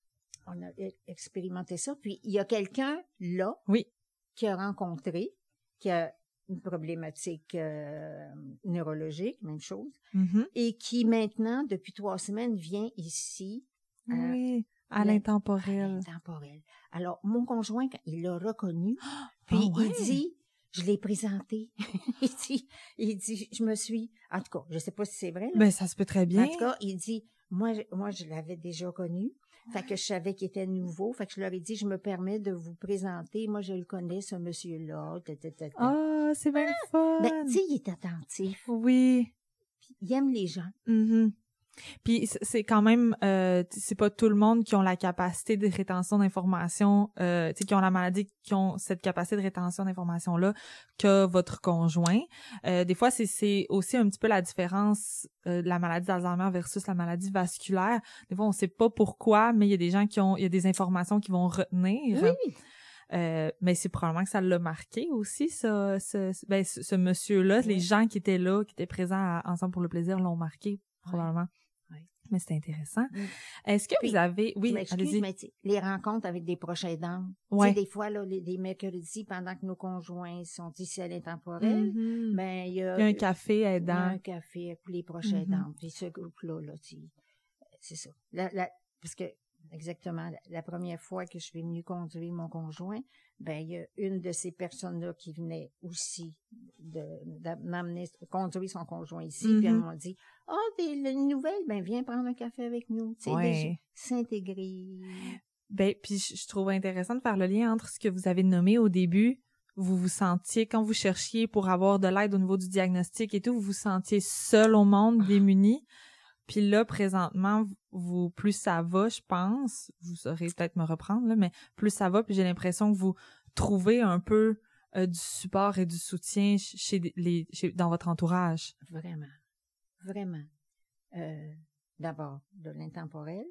on a e- expérimenté ça. Puis, il y a quelqu'un, là, Oui. qui a rencontré, qui a une problématique euh, neurologique, même chose, Mhm. et qui maintenant, depuis trois semaines, vient ici à, Oui, à à l'intemporel. l'intemporel. Alors, mon conjoint, quand il l'a reconnu, puis Ah ouais? il dit, je l'ai présenté. il dit, il dit, je me suis, en tout cas, je sais pas si c'est vrai, là, Ben, ça se peut très bien. en tout cas, il dit, moi, je- moi, je l'avais déjà connu. Fait que je savais qu'il était nouveau. Fait que je leur ai dit, je me permets de vous présenter. Moi, je le connais, ce monsieur-là. ta, ta, ta, ta. Ah, c'est bien le fun. Ben, tu sais, il est attentif. Oui. Puis il aime les gens. Mhm. Puis c- c'est quand même, euh, t- c'est pas tout le monde qui ont la capacité de rétention d'informations, euh, tu sais, qui ont la maladie, qui ont cette capacité de rétention d'informations là que votre conjoint. Euh, des fois, c'est c'est aussi un petit peu la différence euh, de la maladie d'Alzheimer versus la maladie vasculaire. Des fois, on sait pas pourquoi, mais il y a des gens qui ont, il y a des informations qui vont retenir. Oui. Euh, mais c'est probablement que ça l'a marqué aussi, ça, ce, ce- ben, ce, ce monsieur-là. Oui. Les gens qui étaient là, qui étaient présents à Ensemble pour le plaisir, l'ont marqué, probablement. Oui. Mais c'est intéressant. Oui. Est-ce que Puis, vous avez... Je Oui, m'excuse, allez-y. mais tu sais, les rencontres avec des proches aidants. Ouais. Tu sais, des fois, là, les, les mercredis, pendant que nos conjoints sont ici à l'intemporel, Mhm. ben, il y a, Il y a un café il y a aidant. un café pour les proches Mhm. aidants. Puis ce groupe-là, là, tu sais, c'est ça. La, la, parce que, exactement, la, la première fois que je suis venue conduire mon conjoint, ben, il y a une de ces personnes-là qui venait aussi de, de- m'amener, conduire son conjoint ici, Mhm. puis elles m'ont dit, « Ah, oh, des une nouvelle, ben, viens prendre un café avec nous. » Tu sais, Ouais. déjà, s'intégrer. Ben, puis je, je trouve intéressant de faire le lien entre ce que vous avez nommé au début. Vous vous sentiez, quand vous cherchiez pour avoir de l'aide au niveau du diagnostic et tout, vous vous sentiez seul au monde, démuni. Puis là, présentement, vous, plus ça va, je pense, vous saurez peut-être me reprendre, là, mais plus ça va, puis j'ai l'impression que vous trouvez un peu euh, du support et du soutien chez les, chez, dans votre entourage. Vraiment. Vraiment. Euh, d'abord, de l'intemporel.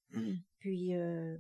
Puis, euh,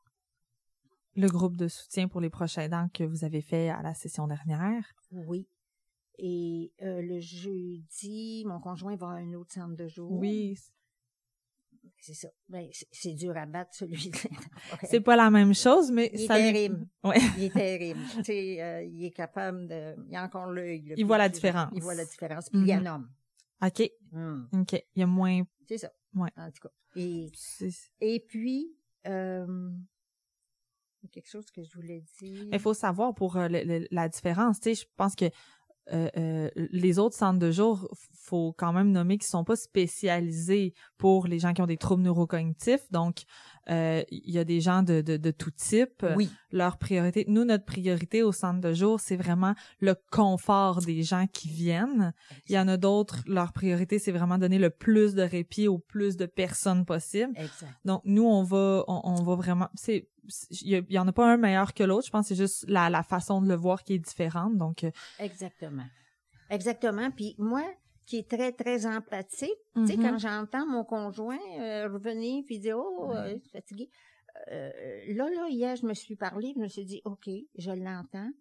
Le groupe de soutien pour les proches aidants que vous avez fait à la session dernière. oui. Et euh, le jeudi, mon conjoint va à un autre centre de jour. Oui, C'est ça. Ben, c'est, c'est dur à battre, celui de l'intemporel. c'est pas la même chose, mais Il est ça lui- terrible. Ouais. Il est terrible. Tu sais, euh, il est capable de... Il a encore l'œil. là, Il puis voit la puis- différence. Il voit la différence. Puis il y a Mhm. un homme. OK, Hum, OK. Il y a moins... C'est ça. Ouais. En tout cas. Et, c'est- et puis, euh, il y a quelque chose que je voulais dire. Il faut savoir pour euh, le- le- la différence, tu sais, je pense que euh, euh, les autres centres de jour, faut quand même nommer qu'ils sont pas spécialisés pour les gens qui ont des troubles neurocognitifs. Donc, euh, il y a des gens de, de, de tout type. Oui. Leur priorité, nous, notre priorité au centre de jour, c'est vraiment le confort des gens qui viennent. Il y en a d'autres, leur priorité, c'est vraiment donner le plus de répit au plus de personnes possible. Exact. Donc, nous, on va, on, on va vraiment, c'est, il y, y en a pas un meilleur que l'autre. Je pense que c'est juste la, la façon de le voir qui est différente. Donc, euh, Exactement. Exactement. Puis moi, qui est très, très empathique, tu sais, Mhm. quand j'entends mon conjoint euh, revenir puis dire « Oh, Ouais. euh, je suis fatigué. Euh, là, là, hier, je me suis parlé, je me suis dit « OK, je l'entends,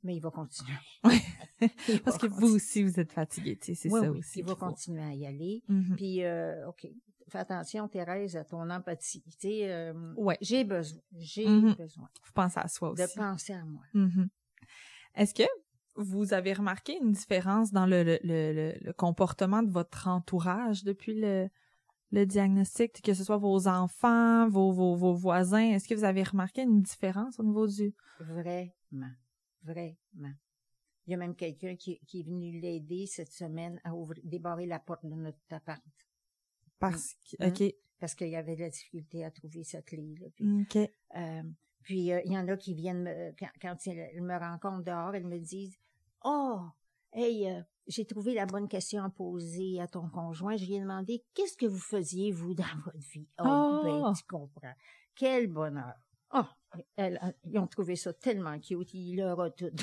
mais il va continuer. Oui. Il Parce va que vous continuer. aussi, vous êtes fatigué, tu sais, c'est Oui, ça oui, aussi. il va qu'il faut. continuer à y aller. Mhm. Puis, euh, OK, fais attention, Thérèse, à ton empathie. Tu sais, euh, Ouais. j'ai besoin, j'ai Mhm. besoin Faut penser à soi de aussi. penser à moi. Mhm. Est-ce que vous avez remarqué une différence dans le, le, le, le, le comportement de votre entourage depuis le, le diagnostic, que ce soit vos enfants, vos, vos, vos voisins? Est-ce que vous avez remarqué une différence au niveau du... Vraiment, vraiment. Il y a même quelqu'un qui, qui est venu l'aider cette semaine à ouvrir, débarrer la porte de notre appart. Parce que... Hein? OK. Parce qu'il y avait de la difficulté à trouver cette clé. Là. Puis, OK. euh, puis euh, il y en a qui viennent, me, quand, quand ils me rencontrent dehors, elles me disent « Oh, hey, euh, j'ai trouvé la bonne question à poser à ton conjoint. Je lui ai demandé « Qu'est-ce que vous faisiez, vous, dans votre vie? » Oh, Oh! ben, tu comprends. Quel bonheur. Oh, elles, ils ont trouvé ça tellement cute. Il leur a tout...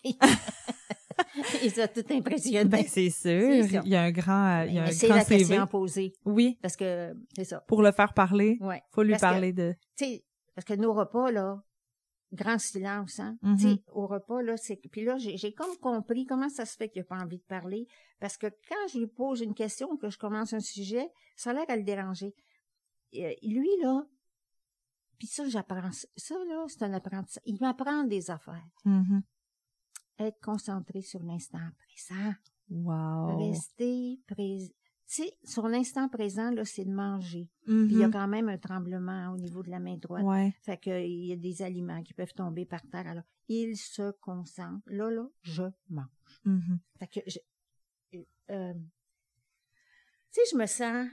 Ils ont tout impressionné. Ben, c'est sûr. C'est ça. Il y a un grand, il y a Mais un c'est grand la C V. question à poser. Oui. Parce que, c'est ça. Pour le faire parler, Ouais. faut lui Parce que, parler de... Tu sais, parce que nos repas, là, grand silence, hein. Mm-hmm. Tu sais, au repas, là, c'est... Puis là, j'ai, j'ai comme compris comment ça se fait qu'il n'a pas envie de parler. Parce que quand je lui pose une question, que je commence un sujet, ça a l'air à le déranger. Et, lui, là, puis ça, j'apprends... Ça, là, c'est un apprentissage. Il m'apprend des affaires. Mm-hmm. Être concentré sur l'instant présent. Wow. Rester présent. Tu sais, sur l'instant présent, là, c'est de manger. Mm-hmm. Puis il y a quand même un tremblement au niveau de la main droite. Ouais. Fait que il y a des aliments qui peuvent tomber par terre. Alors, il se concentre. Là, là, je mange. Mm-hmm. Fait que je... Euh, tu sais, je me sens...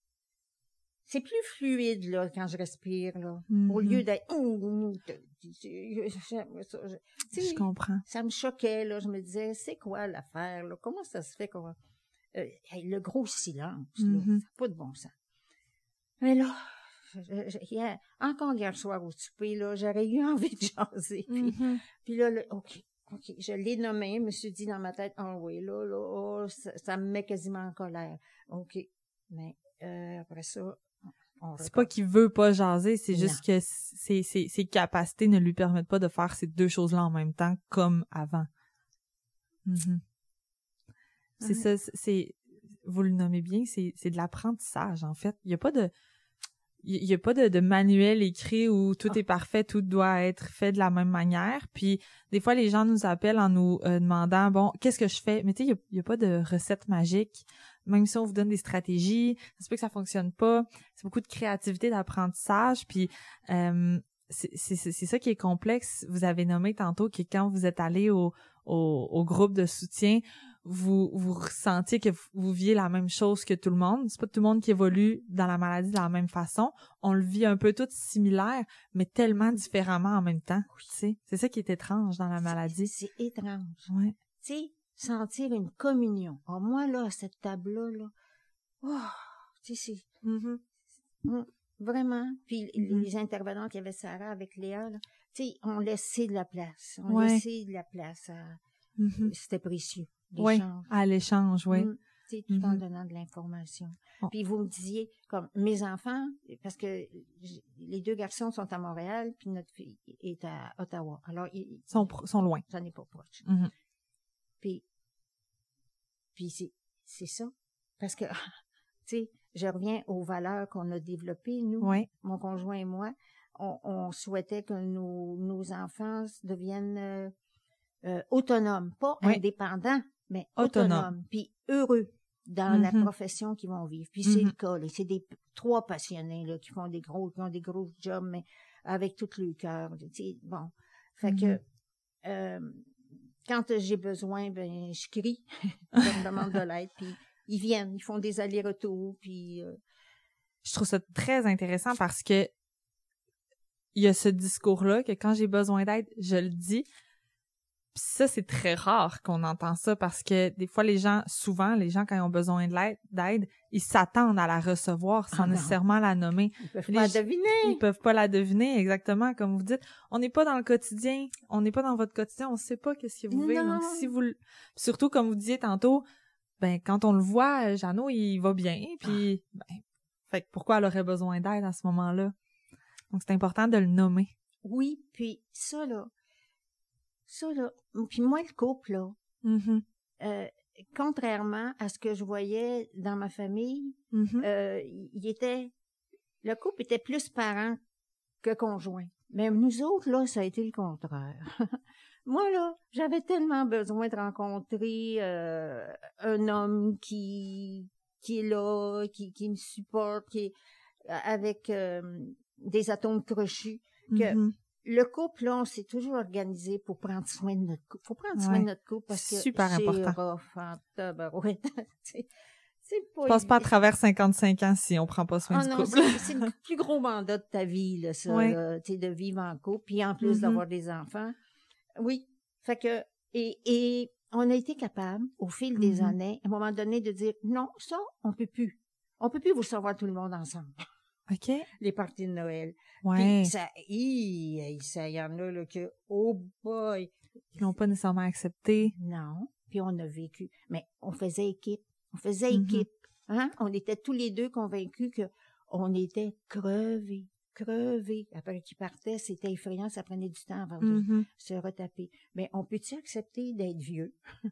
C'est plus fluide, là, quand je respire, là. Mm-hmm. Au lieu d'être... Oh, j'aime ça. Je, je comprends. Ça me choquait, là. Je me disais, c'est quoi l'affaire, là? Comment ça se fait qu'on... Euh, hey, le gros silence, là. Mm-hmm. Ça n'a pas de bon sens. Mais là, je, je, hier, encore hier soir au souper, là, j'aurais eu envie de jaser. Puis, Mm-hmm. puis là, là, OK, OK, je l'ai nommé, je me suis dit dans ma tête, ah oh, oui, là, là, oh, ça, ça me met quasiment en colère. OK, mais euh, après ça... C'est pas qu'il veut pas jaser, c'est Non. juste que ses, ses, ses capacités ne lui permettent pas de faire ces deux choses-là en même temps, comme avant. Mm-hmm. C'est Mm-hmm. ça, c'est, vous le nommez bien, c'est, c'est de l'apprentissage, en fait. Il y a pas de, il y a pas de, de manuel écrit où tout oh. est parfait, tout doit être fait de la même manière. Puis, des fois, les gens nous appellent en nous euh, demandant, bon, qu'est-ce que je fais? Mais tu sais, il y a, il y a pas de recette magique. Même si on vous donne des stratégies, ça se peut que ça fonctionne pas. C'est beaucoup de créativité, d'apprentissage. Puis, euh, c'est, c'est, c'est ça qui est complexe. Vous avez nommé tantôt que quand vous êtes allé au, au, au groupe de soutien, vous, vous ressentiez que vous viviez la même chose que tout le monde. C'est pas tout le monde qui évolue dans la maladie de la même façon. On le vit un peu tous similaire, mais tellement différemment en même temps. Tu sais, c'est ça qui est étrange dans la maladie. C'est, c'est étrange. Ouais. Tu sais, sentir une communion. Alors moi, là, à cette table-là, là, oh, tu sais, c'est... Mm-hmm. Mm, vraiment. Puis mm-hmm. les intervenantes, il y avait Sarah avec Léa, là, tu sais, on laissait de la place. On ouais. laissait de la place à... Mm-hmm. C'était précieux. Oui, à l'échange, oui. Mm, tu sais, tout mm-hmm. en donnant de l'information. Oh. Puis vous me disiez, comme mes enfants, parce que les deux garçons sont à Montréal, puis notre fille est à Ottawa. Alors, ils sont, sont loin. Ça n'est pas proche. Mm-hmm. Puis, puis c'est, c'est ça. Parce que, tu sais, je reviens aux valeurs qu'on a développées, nous, oui. mon conjoint et moi. On, on souhaitait que nos, nos enfants deviennent euh, euh, autonomes. Pas oui. indépendants, mais autonomes. Autonome. Puis heureux dans mm-hmm. la profession qu'ils vont vivre. Puis mm-hmm. c'est le cas, là. C'est des trois passionnés, là, qui font des gros, qui ont des gros jobs, mais avec tout le cœur. Tu sais, bon. Fait mm-hmm. que, euh, quand j'ai besoin, ben je crie, je me demande de l'aide, puis ils viennent, ils font des allers-retours, puis... Euh... Je trouve ça très intéressant parce que il y a ce discours-là que quand j'ai besoin d'aide, je le dis. Puis ça, c'est très rare qu'on entend ça parce que des fois, les gens, souvent, les gens, quand ils ont besoin de l'aide, d'aide ils s'attendent à la recevoir sans ah nécessairement la nommer. Ils peuvent les, pas la deviner. Ils peuvent pas la deviner, exactement, comme vous dites. On n'est pas dans le quotidien, on n'est pas dans votre quotidien, on sait pas qu'est-ce que vous vivez. Donc, si vous, surtout, comme vous disiez tantôt, ben, quand on le voit, Jeannot, il va bien, puis, ah. ben, fait que pourquoi elle aurait besoin d'aide à ce moment-là? Donc, c'est important de le nommer. Oui, puis ça, là, Ça, là. Puis moi, le couple, là, Mm-hmm. euh, contrairement à ce que je voyais dans ma famille, Mm-hmm. euh, il était... Le couple était plus parent que conjoint. Mais nous autres, là, ça a été le contraire. Moi, là, j'avais tellement besoin de rencontrer euh, un homme qui qui est là, qui, qui me supporte, qui est avec euh, des atomes crochus, que Mm-hmm. le couple, là, on s'est toujours organisé pour prendre soin de notre couple. Faut prendre soin Ouais. de notre couple parce que Super c'est important. rough en tabarouette. C'est c'est pas Je passe pas à évident. travers cinquante-cinq ans si on prend pas soin Ah du non, couple. c'est, c'est le plus gros mandat de ta vie, là, ça, Ouais. là, tu sais, de vivre en couple, puis en plus Mhm. d'avoir des enfants. Oui. Fait que, et, et on a été capable, au fil des Mhm. années, à un moment donné, de dire, non, ça, on peut plus. On peut plus vous savoir tout le monde ensemble. OK. Les parties de Noël. Ouais. Puis ça, hi, ça, il y en a, là, que, oh boy. Ils l'ont pas nécessairement accepté. Non. Puis on a vécu. Mais on faisait équipe. On faisait Mhm. équipe. Hein? On était tous les deux convaincus que on était crevés. Crevés. Après qu'ils partaient, c'était effrayant. Ça prenait du temps avant de Mhm. se retaper. Mais on peut-tu accepter d'être vieux?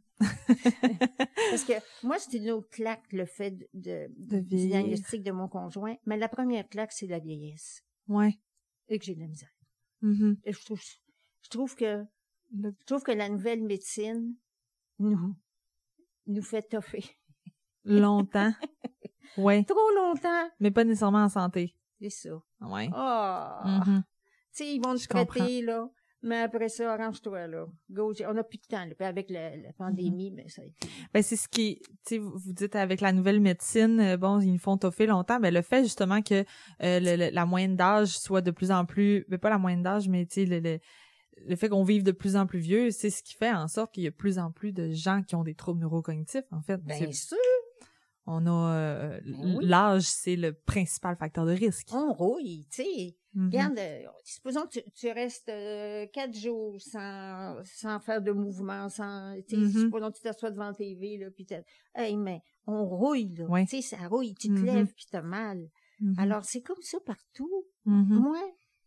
Parce que moi, c'est une autre claque, le fait de, de, De du vieillir. diagnostic de mon conjoint. Mais la première claque, c'est la vieillesse. Ouais. Et que j'ai de la misère. Mhm. Et je trouve, je trouve que, Le- je trouve que la nouvelle médecine nous, nous fait toffer. Longtemps. Ouais. Trop longtemps. Mais pas nécessairement en santé. C'est ça. Ouais. Ah! Mhm. Tu sais, ils vont te Je comprends. traiter, là. Mais après ça, arrange-toi, là. Go, j'ai- on n'a plus de temps, là. Puis avec la, la pandémie, mais ça a été... Ben, c'est ce qui, tu sais, vous vous dites avec la nouvelle médecine, euh, bon, ils nous font toffer longtemps, ben, le fait, justement, que, euh, le- le- la moyenne d'âge soit de plus en plus, ben, pas la moyenne d'âge, mais, tu sais, le, le, le fait qu'on vive de plus en plus vieux, c'est ce qui fait en sorte qu'il y a de plus en plus de gens qui ont des troubles neurocognitifs, en fait. Bien C'est- sûr, on a, euh, Ben oui. l'âge, c'est le principal facteur de risque. on rouille, tu sais. Mhm. Regarde, euh, supposons que tu, tu restes euh, quatre jours sans, sans faire de mouvement, sans, tu sais, Mhm. supposons que tu t'assois devant la T V, là, puis t'as, hey, mais on rouille, là. Ouais. Tu sais, ça rouille, tu te Mhm. lèves, puis t'as mal. Mhm. Alors, c'est comme ça partout. Mhm. Moi,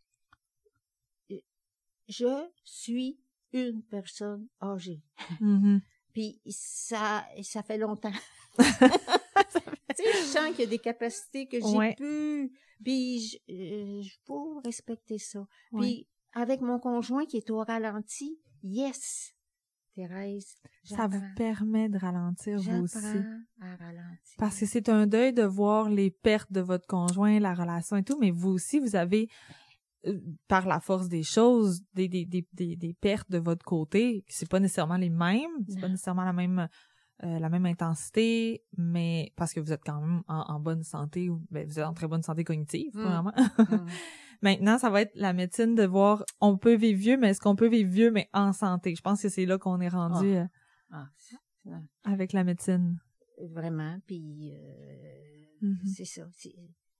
je suis une personne âgée. Mhm. Puis ça, ça fait longtemps. tu sais, je sens qu'il y a des capacités que j'ai Ouais. pu. Puis je, euh, je faut respecter ça. Ouais. Puis avec mon conjoint qui est au ralenti, yes, Thérèse, Ça vous j'apprends. permet de ralentir, vous aussi. J'apprends à ralentir. Parce que c'est un deuil de voir les pertes de votre conjoint, la relation et tout, mais vous aussi, vous avez, euh, par la force des choses, des, des, des, des, des pertes de votre côté. C'est pas nécessairement les mêmes, c'est pas Non. nécessairement la même, euh, la même intensité, mais parce que vous êtes quand même en, en bonne santé, ou ben, vous êtes en très bonne santé cognitive, Mm. premièrement. Mm. Maintenant, ça va être la médecine de voir, on peut vivre vieux, mais est-ce qu'on peut vivre vieux, mais en santé? Je pense que c'est là qu'on est rendu euh, Ah, c'est- avec la médecine. vraiment. Puis euh, Mhm. c'est ça. C'est,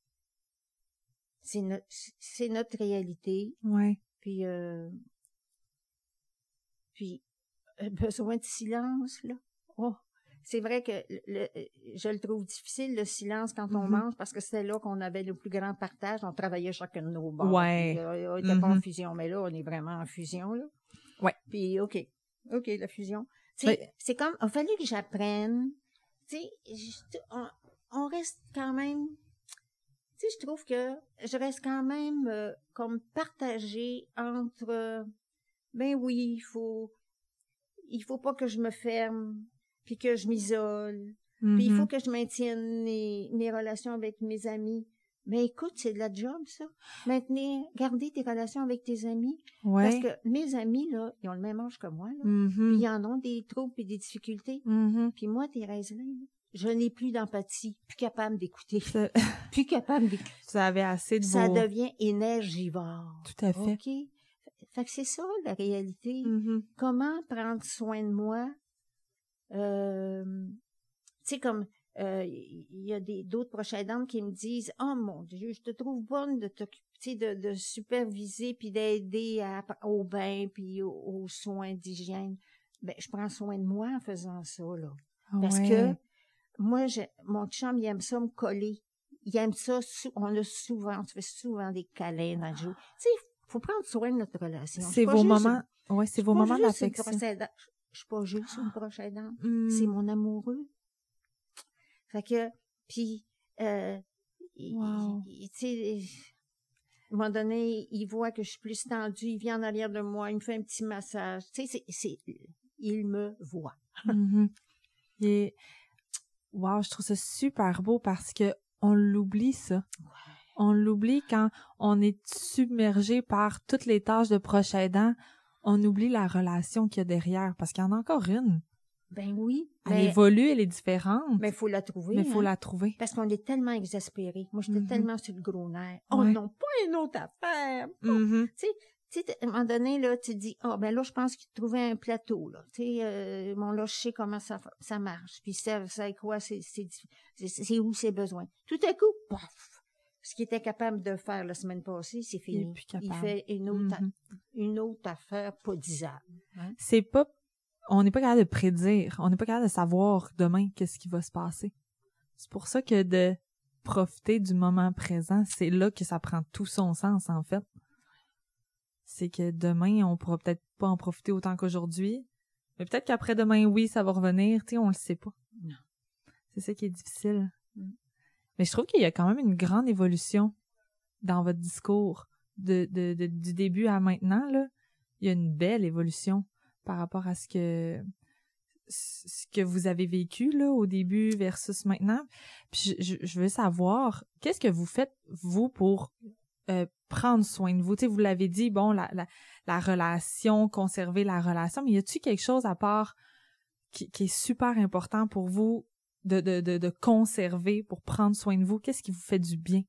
c'est notre, c'est notre réalité. Ouais. Puis, euh, puis euh, besoin de silence, là. Oh, c'est vrai que le, le- je le trouve difficile, le silence, quand on Mhm. mange, parce que c'était là qu'on avait le plus grand partage. On travaillait chacun de nos bords. Ouais. Puis, euh, on était pas en Mhm. fusion, mais là, on est vraiment en fusion, là. Ouais. Puis, OK. OK, la fusion. Tu sais, Ouais. c'est comme, il a fallu que j'apprenne. Tu sais, je- on, on reste quand même... Tu sais, je trouve que je reste quand même euh, comme partagée entre... euh, ben oui, il faut... Il faut pas que je me ferme, puis que je m'isole, puis il Mhm. faut que je maintienne mes, mes relations avec mes amis. Mais écoute, c'est de la job, ça. Maintenir, garder tes relations avec tes amis. Ouais. Parce que mes amis, là, ils ont le même âge que moi, là. Mhm. Puis ils en ont des troubles et des difficultés. Mhm. Puis moi, Thérèse Lane, je n'ai plus d'empathie, plus capable d'écouter, Ça- plus capable d'écouter. Vous avez assez de Ça vos... devient énergivore. Tout à fait. OK? Fait que c'est ça, la réalité. Mhm. Comment prendre soin de moi? Euh, tu sais, comme euh, il y a des d'autres proches aidantes qui me disent « Oh mon Dieu, je te trouve bonne de t'occuper, de, de superviser puis d'aider à- au bain puis aux, aux soins d'hygiène. » Ben, je prends soin de moi en faisant ça, là. Parce Ouais. que moi, je, mon chum, il aime ça me coller. Il aime ça, sou- on a souvent, on se fait souvent des câlins dans le jour. Tu sais, faut prendre soin de notre relation. C'est vos moments, une... ouais, c'est vos moments d'affection. Je suis pas juste une proche aidante. Mm. C'est mon amoureux. Fait que, puis, euh, wow. tu sais, à un moment donné, il voit que je suis plus tendue, il vient en arrière de moi, il me fait un petit massage. Tu sais, c'est, c'est, il me voit. Mm-hmm. Et, wow, je trouve ça super beau parce que on l'oublie, ça. Ouais. On l'oublie quand on est submergé par toutes les tâches de proche aidant. On oublie la relation qu'il y a derrière, parce qu'il y en a encore une. Ben oui. Elle mais, évolue, elle est différente. Mais il faut la trouver. Mais il faut hein? la trouver. Parce qu'on est tellement exaspérés. Moi, j'étais mm-hmm. tellement sur le gros nerf. Oh ouais. non, pas une autre affaire. Mm-hmm. Tu sais, tu sais, à un moment donné, là, tu dis, oh, ben là, je pense qu'il trouvait un plateau, là. Tu sais, euh, bon, là, je sais comment ça, ça marche. Puis ça, ça quoi, c'est, c'est, c'est, c'est où ses besoins. Tout à coup, paf! Ce qu'il était capable de faire la semaine passée, c'est fini. Il, il fait une autre, mm-hmm. une autre affaire pas disable. Hein? C'est pas, on n'est pas capable de prédire, on n'est pas capable de savoir demain qu'est-ce qui va se passer. C'est pour ça que de profiter du moment présent, c'est là que ça prend tout son sens, en fait. C'est que demain, on pourra peut-être pas en profiter autant qu'aujourd'hui, mais peut-être qu'après-demain, oui, ça va revenir, tu sais, on le sait pas. Non. C'est ça qui est difficile. Mm. Mais je trouve qu'il y a quand même une grande évolution dans votre discours. De, de, de, du début à maintenant, là, il y a une belle évolution par rapport à ce que ce que vous avez vécu là au début versus maintenant. Puis je, je, je veux savoir, qu'est-ce que vous faites, vous, pour euh, prendre soin de vous? Tu sais, vous l'avez dit, bon, la, la, la relation, conserver la relation, mais y a-t-il quelque chose à part qui, qui est super important pour vous De, de, de, de conserver pour prendre soin de vous? Qu'est-ce qui vous fait du bien?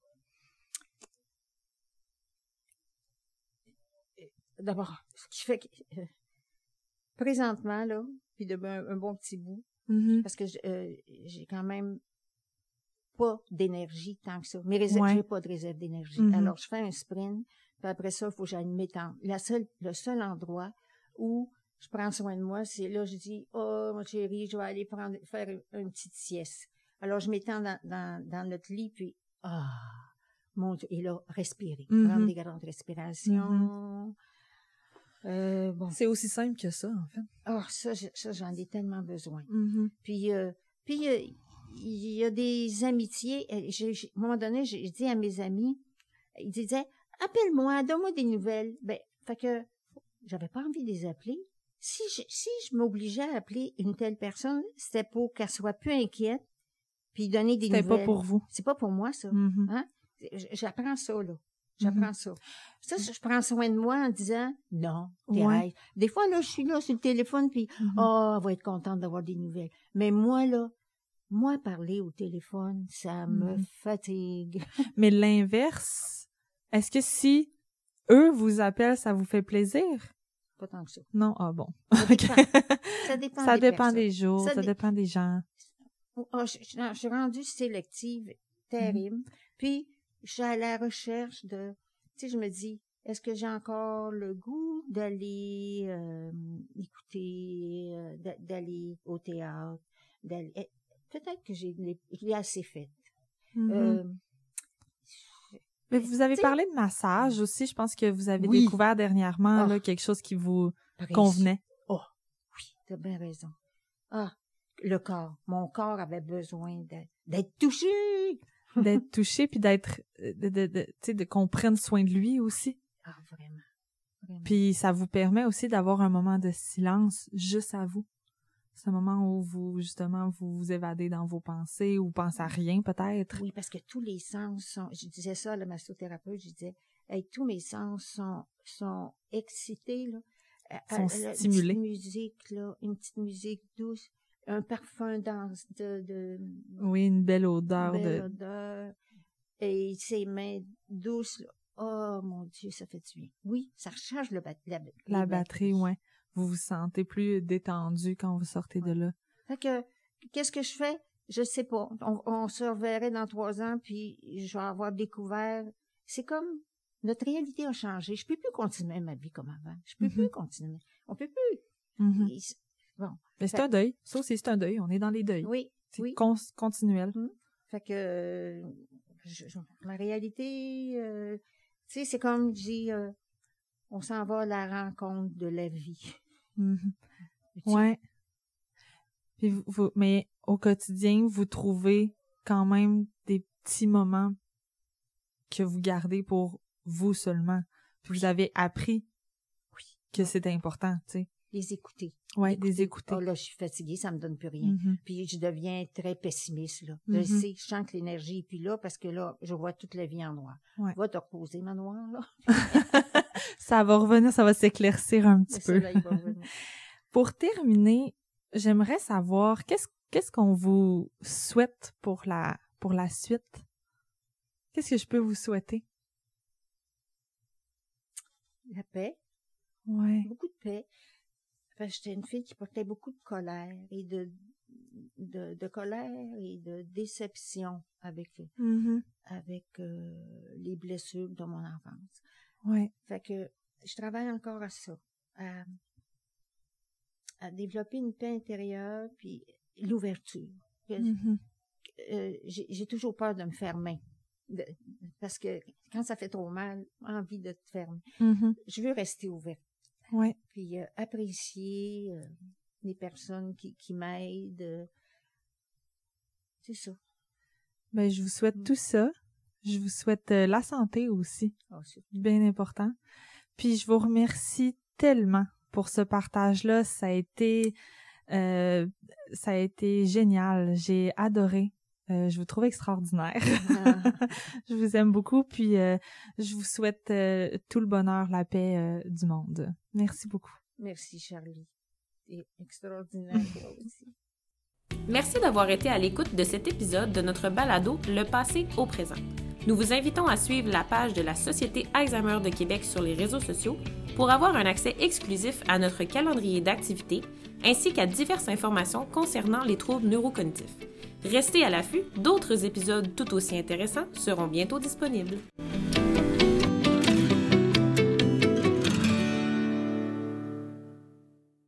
D'abord, ce qui fait que, euh, présentement, là, puis de un, un bon petit bout, mm-hmm. parce que euh, j'ai quand même pas d'énergie tant que ça. Mes réserves, ouais. j'ai pas de réserve d'énergie. Mm-hmm. Alors, je fais un sprint, puis après ça, il faut que j'aille m'étendre. La seule, le seul endroit où je prends soin de moi, c'est là, je dis, oh, ma chérie, je vais aller prendre, faire une, une petite sieste. Alors, je m'étends dans, dans, dans notre lit, puis, ah, mon Dieu, et là, respirer. Mm-hmm. Prendre des grandes respirations. Mm-hmm. Euh, bon. C'est aussi simple que ça, en fait. Ah, oh, ça, ça, j'en ai tellement besoin. Mm-hmm. Puis, euh, puis, euh, il y a des amitiés. J'ai, j'ai, à un moment donné, j'ai dit à mes amis, ils disaient, appelle-moi, donne-moi des nouvelles. Ben, fait que, j'avais pas envie de les appeler. Si je, si je m'obligeais à appeler une telle personne, c'était pour qu'elle soit plus inquiète, puis donner des c'était nouvelles. C'était pas pour vous. C'est pas pour moi, ça. Mm-hmm. Hein? J'apprends ça, là. J'apprends mm-hmm. ça. Ça, je prends soin de moi en disant, non, Thérèse. Ouais. Des fois, là, je suis là sur le téléphone, puis, oh, mm-hmm. elle va être contente d'avoir des nouvelles. Mais moi, là, moi, parler au téléphone, ça me mm-hmm. fatigue. Mais l'inverse, est-ce que si eux vous appellent, ça vous fait plaisir? Pas tant que ça. Non? Ah bon. Ça dépend, ça dépend, ça des, dépend des jours, ça, ça dé... dépend des gens. Oh, je, je, je suis rendue sélective, terrible. Mm. Puis, je suis à la recherche de... Tu sais, je me dis, est-ce que j'ai encore le goût d'aller euh, écouter, euh, d'aller au théâtre, d'aller... Peut-être que j'ai, je l'ai assez fait. Mm-hmm. Euh, Mais vous avez parlé de massage aussi. Je pense que vous avez oui. découvert dernièrement oh. là, quelque chose qui vous Précis. convenait. Oh, oui, t'as bien raison. Ah, le corps. Mon corps avait besoin de, d'être touché. D'être touché, puis d'être... de, de, de, tu sais, de qu'on prenne soin de lui aussi. Ah, vraiment. vraiment. Puis ça vous permet aussi d'avoir un moment de silence juste à vous. C'est un moment où vous, justement, vous vous évadez dans vos pensées ou pensez à rien, peut-être. Oui, parce que tous les sens sont... Je disais ça à la massothérapeute, je disais, hey, tous mes sens sont, sont excités, là. Sont à, à, stimulés. Une petite musique, là, une petite musique douce, un parfum dans, de, de... Oui, une belle odeur. Une belle de... odeur. Et ses mains douces, là. Oh, mon Dieu, ça fait du bien. Oui, ça recharge le bat- la, la batterie, ouais. Vous vous sentez plus détendu quand vous sortez ouais. de là. Fait que, qu'est-ce que je fais? Je sais pas. On, on se reverrait dans trois ans, puis je vais avoir découvert. C'est comme, notre réalité a changé. Je peux plus continuer ma vie comme avant. Je peux mm-hmm. plus continuer. On peut plus. Mm-hmm. Et, bon. Mais c'est fait, un deuil. Ça aussi, c'est un deuil. On est dans les deuils. Oui. C'est oui. con- continuel. Mm-hmm. Fait que, je, je, la réalité, euh, tu sais, c'est comme, je dis, euh, on s'en va à la rencontre de la vie. Mm-hmm. Ouais. Puis vous, vous, mais au quotidien, vous trouvez quand même des petits moments que vous gardez pour vous seulement. Puis vous avez appris oui. que c'était important, tu sais. Les écouter. Ouais, les écouter. Oh là, je suis fatiguée, ça me donne plus rien. Mm-hmm. Puis je deviens très pessimiste, là. Mm-hmm. Je sais, je sens que l'énergie est plus là parce que là, je vois toute la vie en noir. Ouais. Va te reposer, ma noire, là. Ça va revenir, ça va s'éclaircir un petit peu. Là, il va revenir. Pour terminer, j'aimerais savoir qu'est-ce qu'est-ce qu'on vous souhaite pour la pour la suite? Qu'est-ce que je peux vous souhaiter? La paix. Ouais. Beaucoup de paix. Parce que j'étais une fille qui portait beaucoup de colère et de de, de colère et de déception avec Mm-hmm. avec euh, les blessures de mon enfance. Ouais. Fait que je travaille encore à ça, à, à développer une paix intérieure puis l'ouverture. Mm-hmm. Euh, j'ai, j'ai toujours peur de me fermer. De, parce que quand ça fait trop mal, envie de te fermer. Mm-hmm. Je veux rester ouverte. Ouais. Puis euh, apprécier euh, les personnes qui, qui m'aident. Euh, c'est ça. Ben, je vous souhaite Mm. tout ça. Je vous souhaite euh, la santé aussi. Oh, c'est... Bien important. Puis je vous remercie tellement pour ce partage-là. Ça a été, euh, ça a été génial. J'ai adoré. Euh, je vous trouve extraordinaire. Je vous aime beaucoup. Puis euh, je vous souhaite euh, tout le bonheur, la paix euh, du monde. Merci beaucoup. Merci, Charlie. C'est extraordinaire, toi aussi. Merci d'avoir été à l'écoute de cet épisode de notre balado Le passé au présent. Nous vous invitons à suivre la page de la Société Alzheimer de Québec sur les réseaux sociaux pour avoir un accès exclusif à notre calendrier d'activités ainsi qu'à diverses informations concernant les troubles neurocognitifs. Restez à l'affût, d'autres épisodes tout aussi intéressants seront bientôt disponibles.